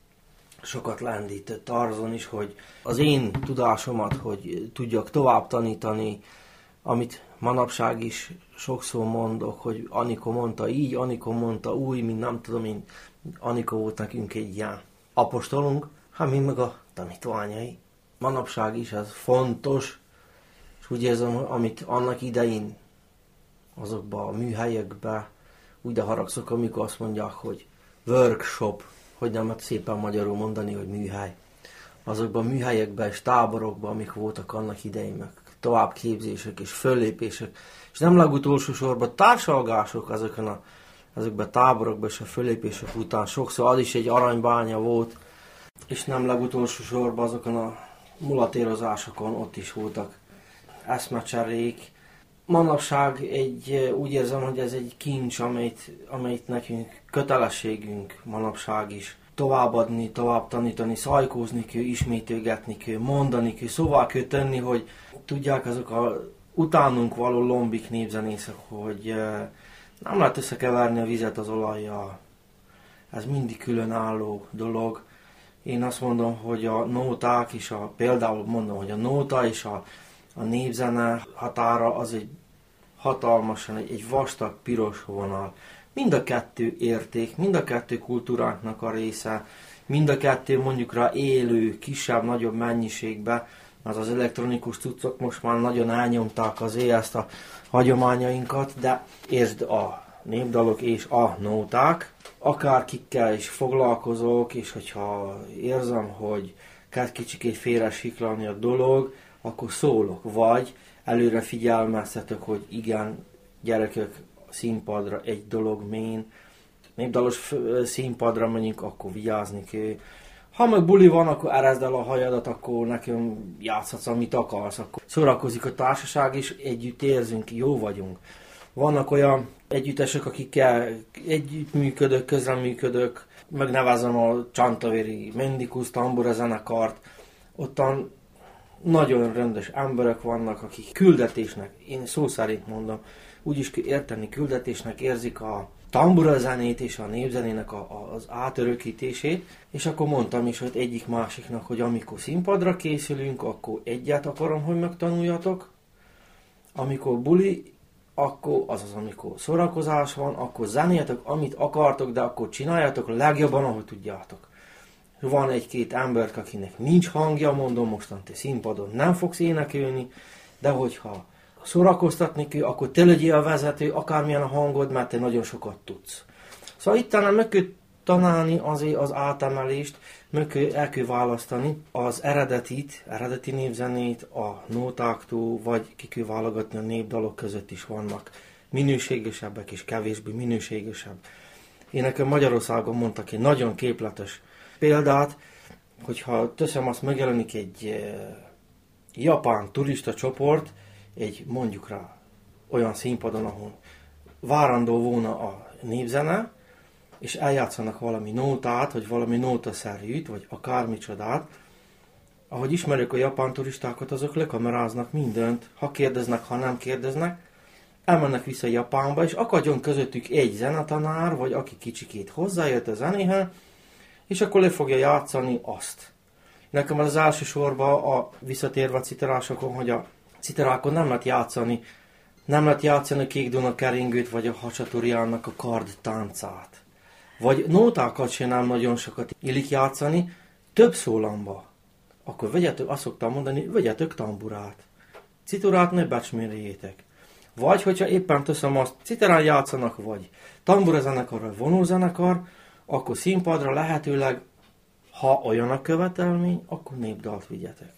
sokat lendített azon is, hogy az én tudásomat, hogy tudjak tovább tanítani, amit manapság is sokszor mondok, hogy Anikó mondta így, Anikó mondta úgy, mint nem tudom én, Anikó volt nekünk egy ilyen apostolunk, hát mi meg a tanítványai. Manapság is ez fontos, és úgy érzem, amit annak idején azokban a műhelyekben úgy de haragszok, amikor azt mondják, hogy workshop, hogy nem lehet szépen magyarul mondani, hogy műhely. Azokban a műhelyekben és táborokban, amik voltak annak idején, meg továbbképzések és föllépések, és nem legutolsó sorban társalgások azokon a, azokban a táborokban és a föllépések után sokszor az is egy aranybánya volt, és nem legutolsó sorban azokon a mulatérozásokon ott is voltak eszmecserék. Manapság egy, úgy érzem, hogy ez egy kincs, amelyet, amelyet nekünk kötelességünk manapság is továbbadni, tovább tanítani, szajkózni kell, ismételgetni kell, mondani kell, szóval kell tenni, hogy tudják azok a utánunk való lombik népzenészek, hogy nem lehet összekeverni a vizet az olajjal. Ez mindig különálló dolog. Én azt mondom, hogy a nóták és a, például mondom, hogy a nóta és a A népzene határa az egy hatalmasan, egy, egy vastag piros vonal. Mind a kettő érték, mind a kettő kultúránknak a része, mind a kettő mondjuk rá élő, kisebb-nagyobb mennyiségben, mert az elektronikus cuccok most már nagyon elnyomták azért ezt a hagyományainkat, de értsd a népdalok és a nóták, akár kikkel is foglalkozok, és hogyha érzem, hogy kell kicsikét félre siklani a dolog, akkor szólok, vagy előre figyelmeztetek, hogy igen, gyerekek, színpadra egy dolog mén, népdalos színpadra menjünk, akkor vigyázni kell. Ha meg buli van, akkor erezd el a hajadat, akkor nekem játszhatsz, amit akarsz, akkor szórakozik a társaság, és együtt érzünk, jó vagyunk. Vannak olyan együttesek, akikkel együttműködök, közreműködök, megnevezem a Csantavéri Mendikus tambura zenekart, ottan nagyon rendes emberek vannak, akik küldetésnek, én szó szerint mondom, úgy is érteni küldetésnek érzik a tambura zenét és a népzenének a, a, az átörökítését, és akkor mondtam is, hogy egyik másiknak, hogy amikor színpadra készülünk, akkor egyet akarom, hogy megtanuljatok, amikor buli, akkor azaz, amikor szórakozás van, akkor zenéljetek, amit akartok, de akkor csináljátok legjobban, ahogy tudjátok. Van egy-két ember, akinek nincs hangja, mondom, mostan te színpadon nem fogsz énekelni, de hogyha szórakoztatni kell, akkor te legyél a vezető, akármilyen a hangod, mert te nagyon sokat tudsz. Szóval itt talán meg kell tanálni azért az átemelést, meg kell, el kell választani az eredetit, eredeti népzenét a nótáktól, vagy ki kell válogatni a népdalok között is vannak minőségesebbek és kevésbé minőségesebb. Én nekem Magyarországon mondtak egy nagyon képletes példát, hogyha teszem azt, megjelenik egy e, japán turista csoport, egy mondjuk rá olyan színpadon, ahol várandó volna a népzene, és eljátszanak valami nótát, vagy valami nótaszerűt, vagy akármicsodát, ahogy ismerjük a japán turistákat, azok lekameráznak mindent, ha kérdeznek, ha nem kérdeznek, elmennek vissza Japánba, és akadjon közöttük egy zenetanár, vagy aki kicsikét hozzájött a zenéhez, és akkor le fogja játszani azt. Nekem az első sorban a visszatérve a citerásokon, hogy a citerákon nem lehet játszani Nem lehet játszani a Kék Duna keringőt, vagy a Hacsaturiánnak a kard táncát. Vagy nótákat sem nem nagyon sokat illik játszani, több szólamba. Akkor vegyetek, azt szoktam mondani, vegyetek tamburát. Citorát ne becsmérjétek. Vagy, hogyha éppen teszem azt, citerán játszanak, vagy tamburazenekar, vagy vonózenekar, akkor színpadra lehetőleg, ha olyan a követelmény, akkor népdalt vigyetek.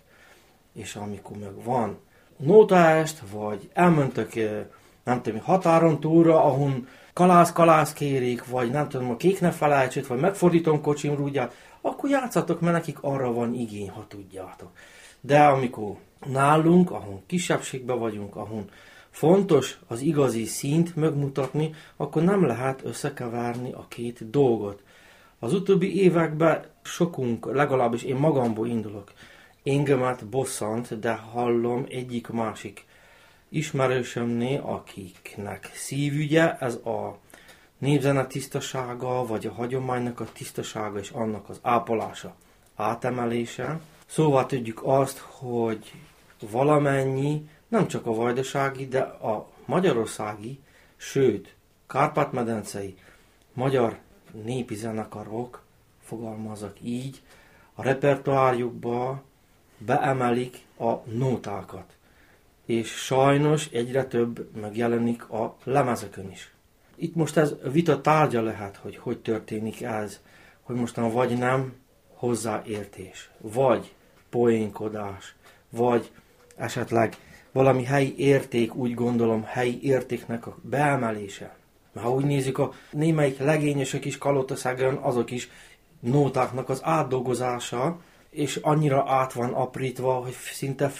És amikor meg van nótaest, vagy elmentek, nem tudom, határon túlra, ahol kalász-kalász kérik, vagy nem tudom, a Kék ne felejtsét, vagy megfordítom kocsim rúdját, akkor játszatok, mert nekik arra van igény, ha tudjátok. De amikor nálunk, ahol kisebbségben vagyunk, ahol fontos az igazi színt megmutatni, akkor nem lehet összekeverni a két dolgot. Az utóbbi években sokunk, legalábbis én magamból indulok, engemet bosszant, de hallom egyik-másik ismerősömnél, akiknek szívügye, ez a népzene tisztasága, vagy a hagyománynak a tisztasága és annak az ápolása, átemelése. Szóval tudjuk azt, hogy valamennyi, nem csak a vajdasági, de a magyarországi, sőt, kárpát-medencei magyar népi zenekarok, fogalmazok így, a repertoárjukba beemelik a nótákat. És sajnos egyre több megjelenik a lemezekön is. Itt most ez vita tárgya lehet, hogy hogy történik ez, hogy mostan vagy nem hozzáértés, vagy poénkodás, vagy esetleg valami helyi érték, úgy gondolom, helyi értéknek a beemelése. Mert ha úgy nézzük, a némelyik legényesek is Kalotaszegen, azok is nótáknak az átdolgozása, és annyira át van aprítva, hogy szinte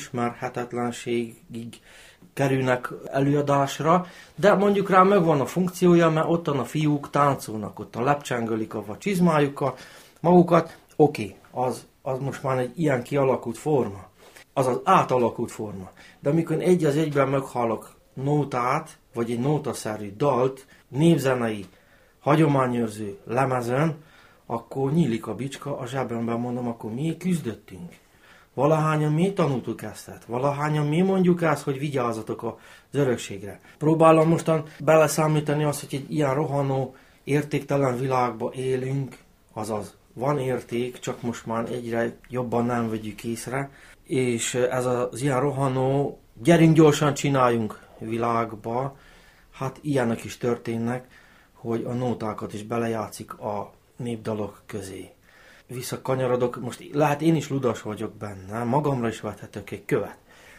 fölismerhetetlenségig kerülnek előadásra, de mondjuk rá megvan a funkciója, mert ottan a fiúk táncolnak, ott a lepcsengölik a csizmájukkal magukat, oké, okay, az, az most már egy ilyen kialakult forma, az az átalakult forma. De amikor egy az egyben meghallok nótát, vagy egy nótaszerű dalt, népzenei, hagyományőrző lemezen, akkor nyílik a bicska, a zsebemben mondom, akkor mi küzdöttünk. Valahányan mi tanultuk ezt, valahányan mi mondjuk ezt, hogy vigyázzatok az örökségre. Próbálom mostan beleszámítani azt, hogy egy ilyen rohanó, értéktelen világba élünk, azaz van érték, csak most már egyre jobban nem vegyük észre, és ez az ilyen rohanó, gyerünk gyorsan csináljunk világba, hát ilyenek is történnek, hogy a nótákat is belejátszik a népdalok közé. Visszakanyarodok, most lehet én is ludas vagyok benne, magamra is vethetek egy követ,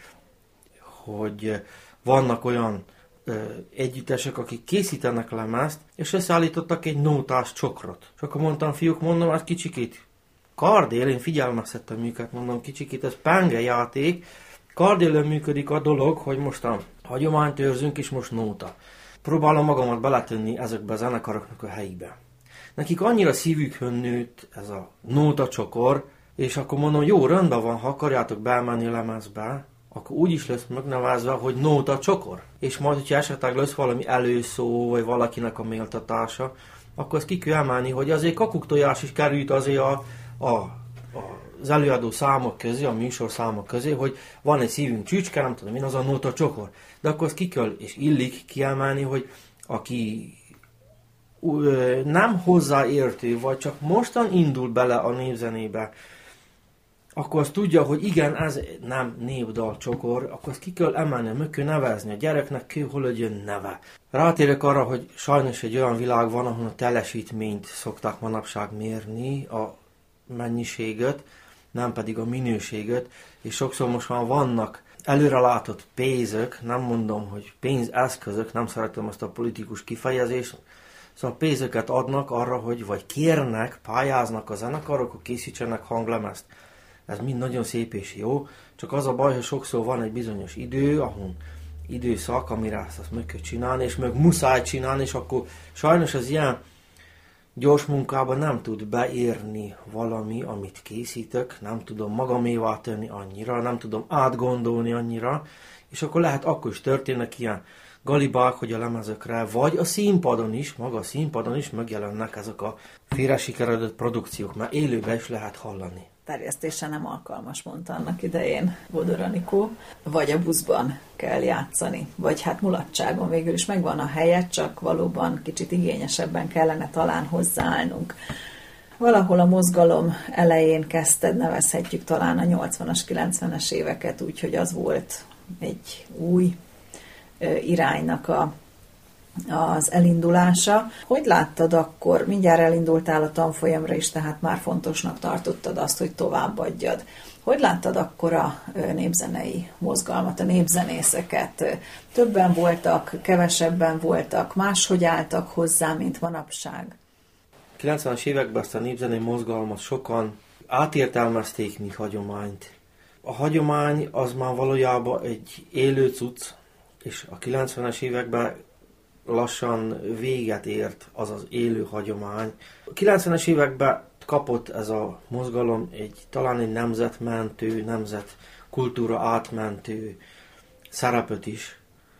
hogy vannak olyan ö, együttesek, akik készítenek lemezt, és összeállítottak egy nótás csokrot. És akkor mondtam, fiúk, mondom, hát kicsikét kardél, én figyelmeztettem őket, mondom, kicsikét, ez penge játék, kardélen működik a dolog, hogy mostan hagyományt őrzünk, és most nóta. Próbálom magamat beletenni ezekbe a zenekaroknak a helyébe. Nekik annyira szívükhön nőtt ez a nóta csokor, és akkor mondom, jó, rendben van, ha akarjátok bemenni a lemezbe, akkor úgy is lesz megnevezve, hogy nóta csokor. És majd, hogyha esetleg lesz valami előszó, vagy valakinek a méltatása, akkor ezt ki kell emelni, hogy azért kakuktojás is került azért a, a, a, az előadó számok közé, a műsor számok közé, hogy van egy szívünk csücske, nem tudom én, az a nóta csokor. De akkor ezt ki kell, és illik kiemelni, hogy aki nem hozzáértő, vagy csak mostan indul bele a népzenébe, akkor azt tudja, hogy igen, ez nem népdal csokor, akkor azt ki kell emelni, meg kell nevezni, a gyereknek kell, hol legyen neve. Rátérek arra, hogy sajnos egy olyan világ van, ahol a teljesítményt szokták manapság mérni, a mennyiséget, nem pedig a minőséget, és sokszor most már vannak előrelátott pénzök, nem mondom, hogy pénzeszközök, nem szeretem azt a politikus kifejezést, szóval pénzöket adnak arra, hogy vagy kérnek, pályáznak a zenekarok, hogy készítsenek hanglemezt. Ez mind nagyon szép és jó, csak az a baj, hogy sokszor van egy bizonyos idő, ahol időszak, amire ezt, ezt meg kell csinálni, és meg muszáj csinálni, és akkor sajnos az ilyen gyors munkában nem tud beérni valami, amit készítök, nem tudom magamévá tenni annyira, nem tudom átgondolni annyira, és akkor lehet akkor is történnek ilyen galibák, hogy a lemezekre, vagy a színpadon is, maga a színpadon is megjelennek ezek a félre sikeredett produkciók, mert élőben is lehet hallani. terjesztése nem alkalmas, mondta annak idején Bodor Anikó, vagy a buszban kell játszani, vagy hát mulatságon végül is megvan a helye, csak valóban kicsit igényesebben kellene talán hozzáállnunk. Valahol a mozgalom elején kezdted, nevezhetjük talán a nyolcvanas, kilencvenes éveket, úgyhogy az volt egy új iránynak a, az elindulása. Hogy láttad akkor, mindjárt elindultál a tanfolyamra is, tehát már fontosnak tartottad azt, hogy továbbadjad. Hogy láttad akkor a népzenei mozgalmat, a népzenészeket? Többen voltak, kevesebben voltak, máshogy álltak hozzá, mint manapság? kilencvenes években ezt a népzenei mozgalmat sokan átértelmezték, mint hagyományt. A hagyomány az már valójában egy élő cucc, és a kilencvenes években lassan véget ért az az élő hagyomány. A kilencvenes években kapott ez a mozgalom egy talán egy nemzetmentő, nemzet kultúra átmentő szerepet is,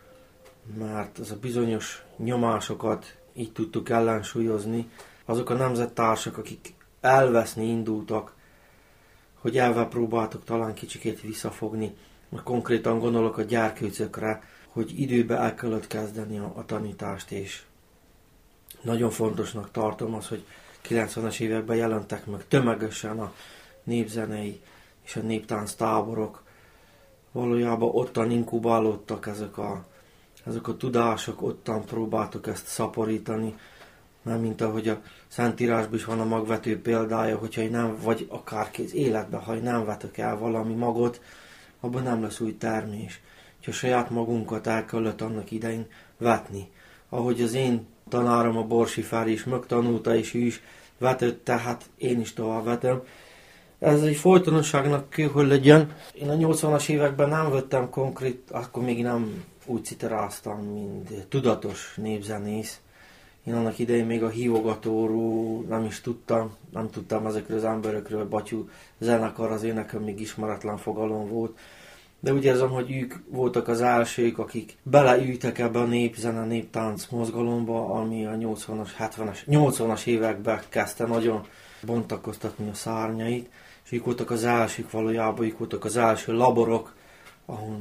mert az a bizonyos nyomásokat így tudtuk ellensúlyozni. Azok a nemzettársak, akik elveszni indultak, hogy elve próbáltak talán kicsikét visszafogni, mert konkrétan gondolok a gyerkőcökre, hogy időbe el kellett kezdeni a, a tanítást, és nagyon fontosnak tartom az, hogy kilencvenes években jelentek meg tömegesen a népzenei és a néptánc táborok. Valójában ottan inkubálódtak ezek a, ezek a tudások, ottan próbáltak ezt szaporítani, mert mint ahogy a Szentírásban is van a magvető példája, hogyha nem, vagy akárki az életben, ha nem vetek el valami magot, abban nem lesz új termés. Ha saját magunkat el kellett annak idején vetni. Ahogy az én tanárom, a Borsi Feri is megtanulta, és ő is vetett, tehát én is tovább vetem. Ez egy folytonosságnak kell, hogy legyen. Én a nyolcvanas években nem vettem konkrét, akkor még nem úgy citeráztam, mint tudatos népzenész. Én annak idején még a hívogatóról nem is tudtam, nem tudtam ezekről az emberekről, Batyú zenekar az én nekem még ismeretlen fogalom volt. De úgy érzem, hogy ők voltak az elsők, akik beleültek ebbe a népzene, néptánc mozgalomba, ami a nyolcvanas, hetvenes, nyolcvanas években kezdte nagyon bontakoztatni a szárnyait, és ők voltak az elsők valójában, ők voltak az első laborok, ahol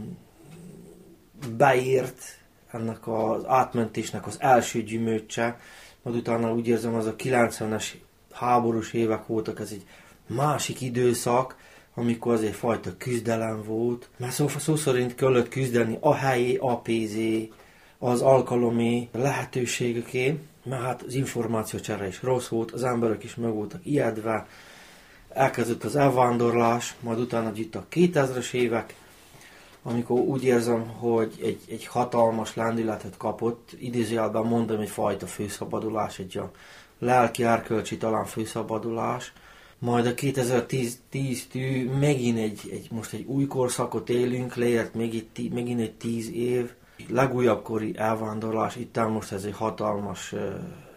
beírt ennek az átmentésnek az első gyümölcse, majd utána úgy érzem, az a kilencvenes háborús évek voltak, ez egy másik időszak, amikor az egy fajta küzdelem volt, mert szó, szó szerint kellett küzdeni a helyé, a pénzé, az alkalomé, a lehetőségeké, mert hát az információcsere is rossz volt, az emberek is meg voltak ijedve, elkezdett az elvándorlás, majd utána jött a kétezres évek, amikor úgy érzem, hogy egy, egy hatalmas lendületet kapott, idézőjelben mondom, egy fajta főszabadulás, egy a lelki erkölcsi talán főszabadulás, majd a kétezer-tíztől megint egy, egy, most egy új korszakot élünk, leért még egy, megint egy tíz év, legújabb kori elvándorlás, itt most ez egy hatalmas uh,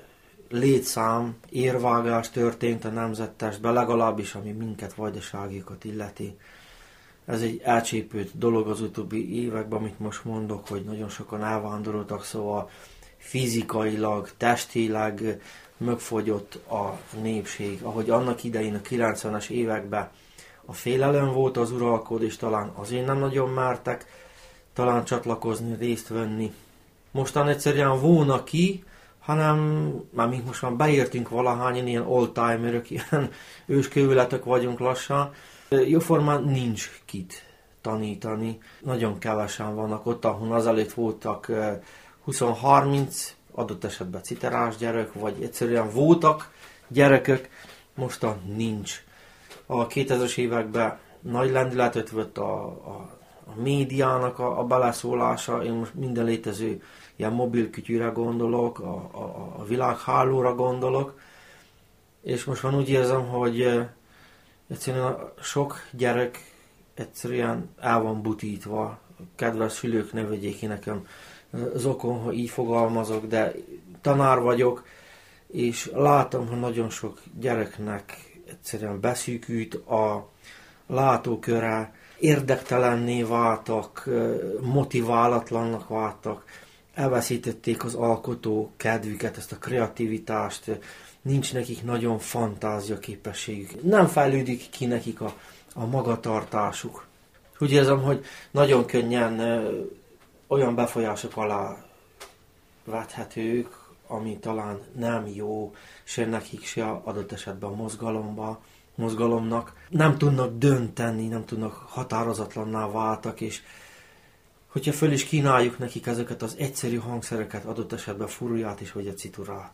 létszám, érvágás történt a nemzettestben, legalábbis ami minket, vajdaságiakat illeti. Ez egy elcsépült dolog az utóbbi években, amit most mondok, hogy nagyon sokan elvándoroltak, szóval fizikailag, testileg megfogyott a népség. Ahogy annak idején a kilencvenes években a félelem volt az uralkodás, talán azért nem nagyon mertek talán csatlakozni, részt venni. Mostan egyszerűen volna ki, hanem már mi most már beértünk valahányan, ilyen oldtimerök, ilyen őskövületek vagyunk lassan. Jóformán nincs kit tanítani. Nagyon kevesen vannak ott, ahol azelőtt voltak húsz-harminc, adott esetben citerás gyerek, vagy egyszerűen voltak gyerekek, mostan nincs. A kétezres években nagy lendületet vett a, a, a médiának a, a beleszólása, én most minden létező ilyen mobilkütyűre gondolok, a, a, a világhálóra gondolok, és most van úgy érzem, hogy egyszerűen sok gyerek egyszerűen el van butítva. Kedves szülők, ne vegyék ki nekem zokon, ha így fogalmazok, de tanár vagyok, és látom, hogy nagyon sok gyereknek egyszerűen beszűkült a látóköre, érdektelenné váltak, motiválatlannak váltak, elveszítették az alkotó kedvüket, ezt a kreativitást, nincs nekik nagyon fantázia képességük. Nem fejlődik ki nekik a, a magatartásuk. Úgy érzem, hogy nagyon könnyen ö, olyan befolyások alá vethetők, ami talán nem jó, se nekik, se adott esetben a mozgalomba, mozgalomnak. Nem tudnak dönteni, nem tudnak határozatlanná váltak, és hogyha föl is kínáljuk nekik ezeket az egyszerű hangszereket, adott esetben furuját is, vagy a citurát,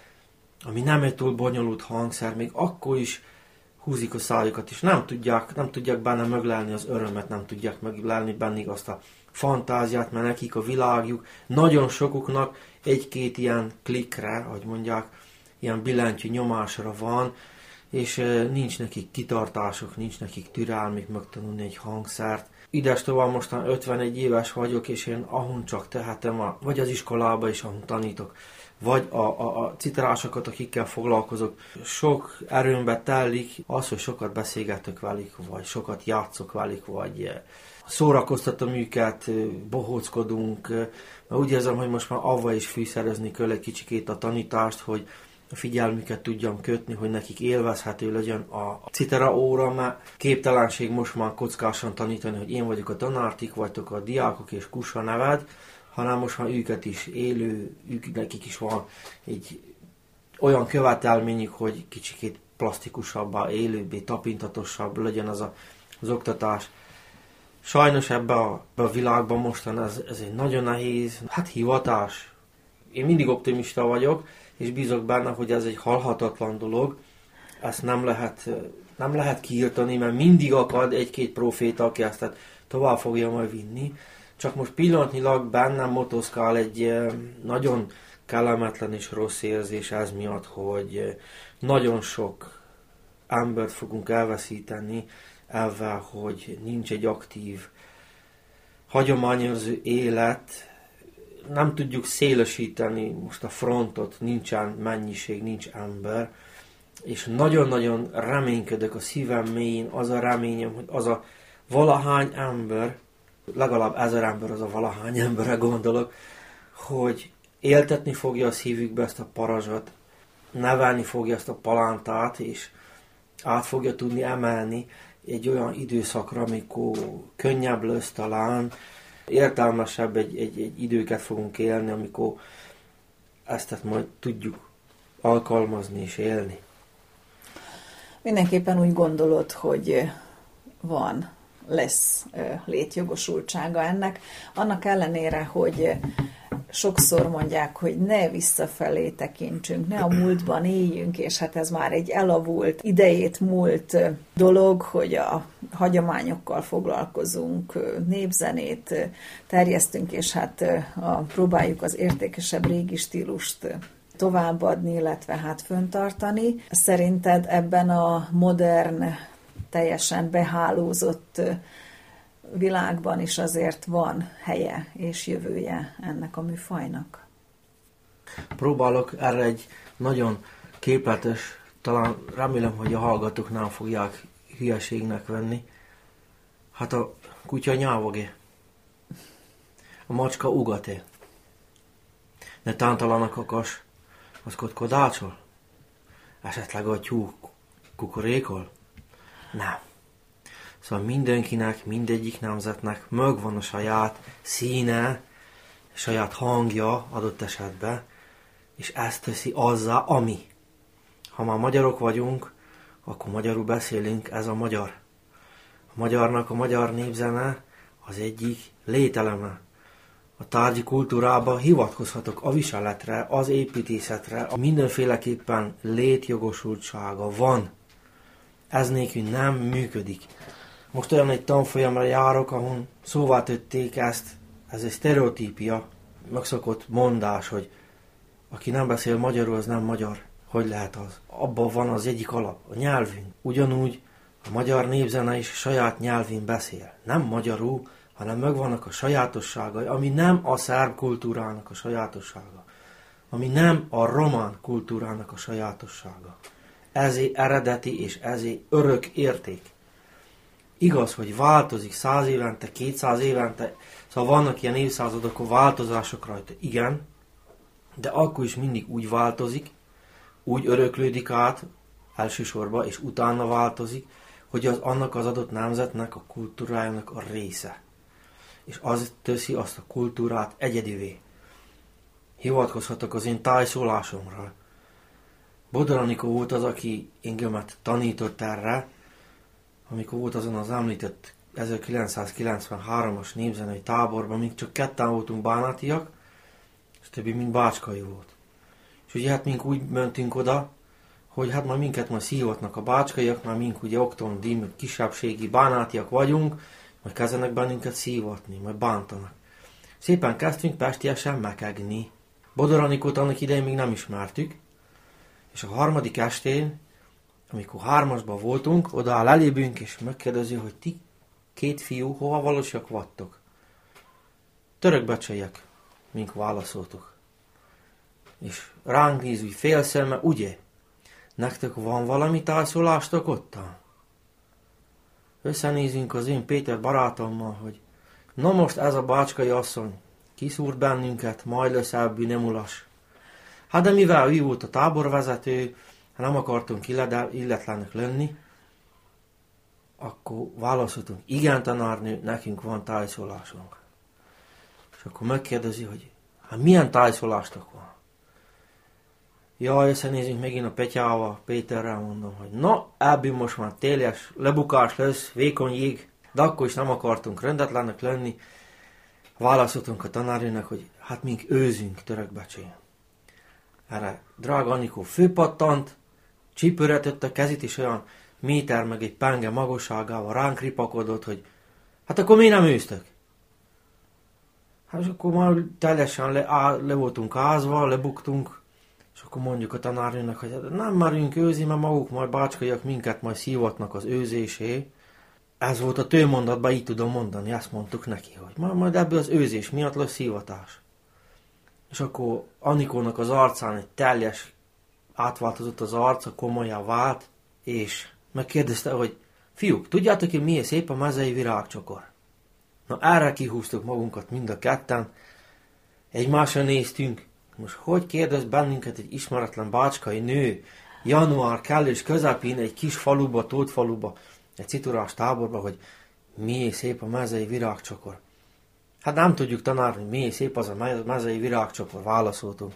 ami nem egy túl bonyolult hangszer, még akkor is húzik a szájukat, és nem tudják, nem tudják benne meglelni az örömet, nem tudják meglelni bennük azt a fantáziát, mert nekik a világjuk, nagyon sokuknak egy-két ilyen klikre, ahogy mondják, ilyen billentyű nyomásra van, és nincs nekik kitartások, nincs nekik türelmük megtanulni egy hangszert. Ides tovább mostan ötvenegy éves vagyok, és én ahol csak tehetem, a, vagy az iskolába is, ahol tanítok, vagy a, a, a citrásokat, akikkel foglalkozok. Sok erőmbe telik az, hogy sokat beszélgetek velük, vagy sokat játszok velük, vagy szórakoztatom őket, bohóckodunk. Mert úgy érzem, hogy most már avval is fűszerezni kell egy kicsikét a tanítást, hogy a figyelmüket tudjam kötni, hogy nekik élvezhető legyen a citera óra, mert képtelenség most már kockásan tanítani, hogy én vagyok a tanár, tik vagytok a diákok és kussa neved, hanem most már őket is élő, ők, nekik is van egy olyan követelményük, hogy kicsikét plastikusabbá, élőbbé, tapintatosabb legyen az a, az oktatás. Sajnos ebben a, a világban mostan ez, ez egy nagyon nehéz, hát hivatás. Én mindig optimista vagyok, és bízok benne, hogy ez egy halhatatlan dolog. Ezt nem lehet, nem lehet kiirtani, mert mindig akad egy-két proféta, aki ezt tovább fogja majd vinni. Csak most pillanatnyilag bennem motoszkál egy nagyon kellemetlen és rossz érzés ez miatt, hogy nagyon sok embert fogunk elveszíteni ezzel, hogy nincs egy aktív, hagyományőrző élet, nem tudjuk szélesíteni most a frontot, nincsen mennyiség, nincs ember, és nagyon-nagyon reménykedek a szívem mélyén, az a reményem, hogy az a valahány ember, legalább ezer ember, az a valahány emberre gondolok, hogy éltetni fogja a szívükbe ezt a parazsat, nevelni fogja ezt a palántát, és át fogja tudni emelni egy olyan időszakra, amikor könnyebb lesz talán, értelmesebb egy, egy, egy időket fogunk élni, amikor ezt majd tudjuk alkalmazni és élni. Mindenképpen úgy gondolod, hogy van, lesz létjogosultsága ennek. Annak ellenére, hogy sokszor mondják, hogy ne visszafelé tekintsünk, ne a múltban éljünk, és hát ez már egy elavult, idejét múlt dolog, hogy a hagyományokkal foglalkozunk, népzenét terjesztünk, és hát a, próbáljuk az értékesebb régi stílust továbbadni, illetve hát föntartani. Szerinted ebben a modern, teljesen behálózott világban is azért van helye és jövője ennek a műfajnak? Próbálok erre egy nagyon képletes, talán remélem, hogy a hallgatók nem fogják hülyeségnek venni. Hát a kutya nyávog-e? A macska ugat-e? Ne tántalan a kakas, az kotkodácsol? Esetleg a tyúk kukorékol? Nem. Szóval mindenkinek, mindegyik nemzetnek megvan a saját színe, saját hangja adott esetben, és ezt teszi azzá, ami. Ha már magyarok vagyunk, akkor magyarul beszélünk, ez a magyar. A magyarnak a magyar népzene az egyik lételeme. A tárgyi kultúrában hivatkozhatok a viseletre, az építészetre, mindenféleképpen létjogosultsága van. Ez nélkül nem működik. Most olyan egy tanfolyamra járok, ahol szóvá tették ezt, ez egy sztereotípia, megszokott mondás, hogy aki nem beszél magyarul, az nem magyar. Hogy lehet az? Abban van az egyik alap, a nyelvünk. Ugyanúgy a magyar népzene is saját nyelvén beszél. Nem magyarul, hanem megvannak a sajátosságai, ami nem a szerb kultúrának a sajátossága, ami nem a román kultúrának a sajátossága. Ezé eredeti és ezé örök érték. Igaz, hogy változik száz évente, kétszáz évente, szóval vannak ilyen évszázadok, változások rajta, igen, de akkor is mindig úgy változik, úgy öröklődik át elsősorban, és utána változik, hogy az annak az adott nemzetnek, a kultúrájának a része. És az teszi azt a kultúrát egyedivé. Hivatkozhatok az én tájszólásomra. Bodor Anikó volt az, aki engemet tanított erre, amikor volt azon az említett ezerkilencszázkilencvenhármas népzenei táborban, még csak ketten voltunk bánátiak, és többi mind bácskai volt. És ugye hát mink úgy mentünk oda, hogy hát majd minket majd szívatnak a bácskaiak, mert mink ugye okton, dim, kisebbségi bánátiak vagyunk, majd kezdenek bennünket szívatni, majd bántanak. Szépen kezdtünk pestiesen mekegni. Bodor Anikót annak idején még nem ismertük, és a harmadik estén, amikor hármasban voltunk, oda áll elébünk, és megkérdezi, hogy ti két fiú, hova valósak vagytok? Törökbecseiek, mink válaszoltuk. És ránk néz úgy fél szemmel, ugye? Nektek van valami tájszólástok ottan? Összenézünk az én Péter barátommal, hogy na most ez a bácskai asszony kiszúrt bennünket, majd lesz elbű nem ulas. Hát de mivel ő volt a táborvezető, nem akartunk illetlenek lenni, akkor válaszoltunk, igen tanárnő, nekünk van tájszólásunk. És akkor megkérdezi, hogy hát milyen tájszólástok van? Jaj, összenézünk megint a Petyával, Péterrel, mondom, hogy na, ebből most már télies lebukás lesz, vékony jég, de akkor is nem akartunk rendetlenek lenni. Válaszoltunk a tanárnőnek, hogy hát mink őzünk Törökbecsén. Erre drága Anikó főpattant, csípőretett a kezét, és olyan méter meg egy penge magasságával ránk ripakodott, hogy hát akkor miért nem őztök? Hát és akkor már teljesen le, á, le voltunk ázva, lebuktunk, és akkor mondjuk a tanárnőnek, hogy nem merünk őzni, mert maguk majd bácskaiak minket majd szívatnak az őzésé. Ez volt a tőmondatban, így tudom mondani, ezt mondtuk neki, hogy majd, majd ebből az őzés miatt lesz szívatás. És akkor Anikónak az arcán egy teljes átváltozott az arca, komolyan vált, és megkérdezte, hogy fiúk, tudjátok, hogy miért szép a mezei virágcsokor? Na erre kihúztuk magunkat mind a ketten, egymásra néztünk. Most hogy kérdez bennünket egy ismeretlen bácskai nő január kellős közepén egy kis faluba, Tótfaluba, egy citurás táborba, hogy miért szép a mezei virágcsokor? Hát nem tudjuk tanárni, miért szép az a mezei virágcsokor, válaszoltunk.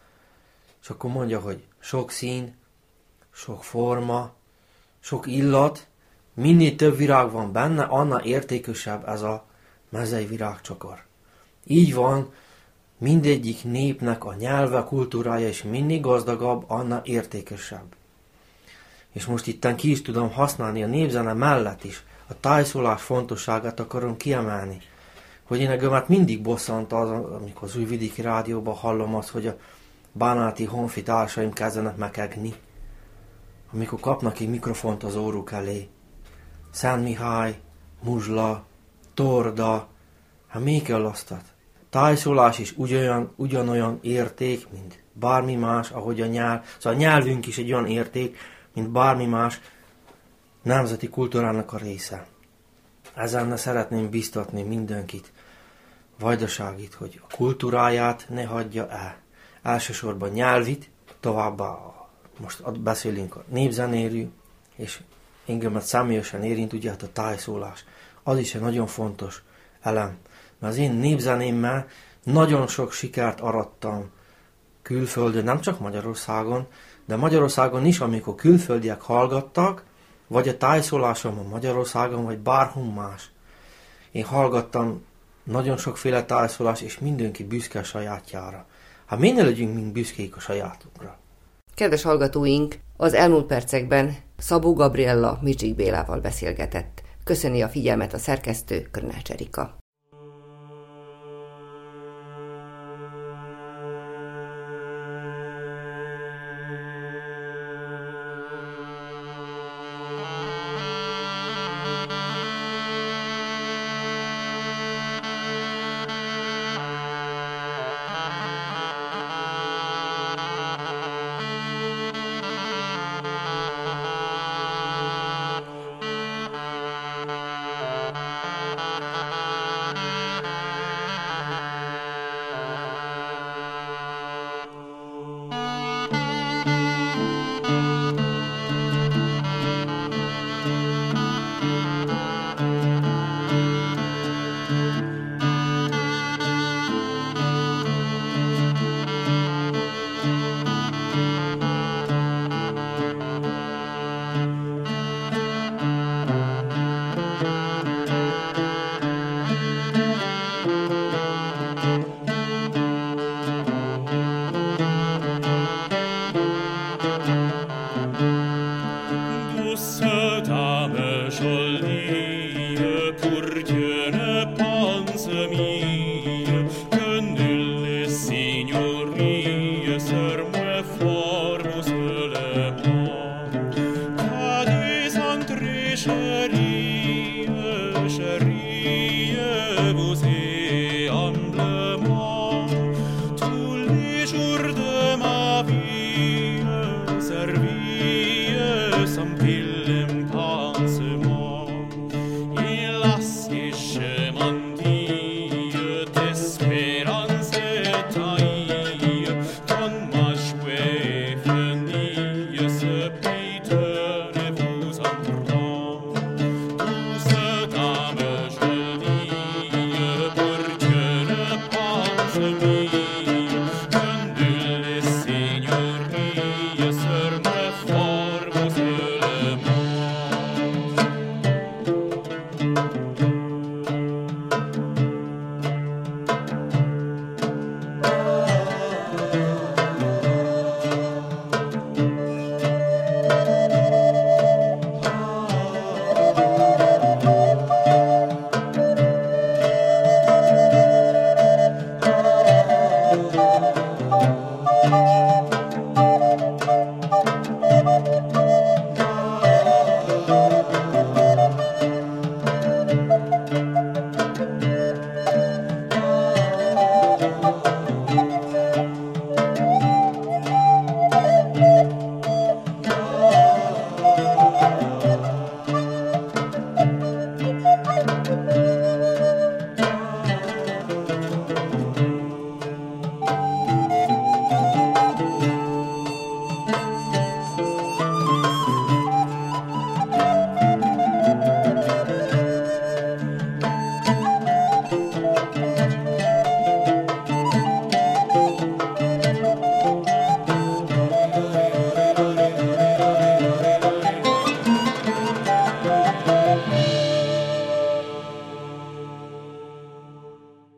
És akkor mondja, hogy sok szín, sok forma, sok illat, minél több virág van benne, annál értékesebb ez a mezei virágcsokor. Így van, mindegyik népnek a nyelve, kultúrája is minél gazdagabb, annál értékesebb. És most itten ki is tudom használni a népzene mellett is, a tájszólás fontosságát akarom kiemelni. Hogy én engemet mindig bosszant az, amikor az Újvidéki Rádióban hallom azt, hogy a bánáti honfitársaim kezdenek mekegni. Amikor kapnak egy mikrofont az óruk elé. Szent Mihály, Muzsla, Torda, hát mi kell aztat? Tájszólás is ugyanolyan, ugyanolyan érték, mint bármi más, ahogy a nyelv. Szóval a nyelvünk is egy olyan érték, mint bármi más nemzeti kultúrának a része. Ezzel szeretném biztatni mindenkit, vajdaságit, hogy a kultúráját ne hagyja el. Elsősorban nyelvit, továbbá most beszélünk a népzenéről, és engemet személyesen érint ugye hát a tájszólás. Az is egy nagyon fontos elem. Mert az én népzenémmel nagyon sok sikert arattam külföldön, nem csak Magyarországon, de Magyarországon is, amikor külföldiek hallgattak, vagy a tájszólásomon Magyarországon, vagy bárhol más. Én hallgattam nagyon sokféle tájszólás, és mindenki büszke a sajátjára. Hát miért ne legyünk mind büszkék a sajátunkra? Kedves hallgatóink, az elmúlt percekben Szabó Gabriella Micsik Bélával beszélgetett. Köszöni a figyelmet a szerkesztő, Körnács Erika. Cherie, cherie, vous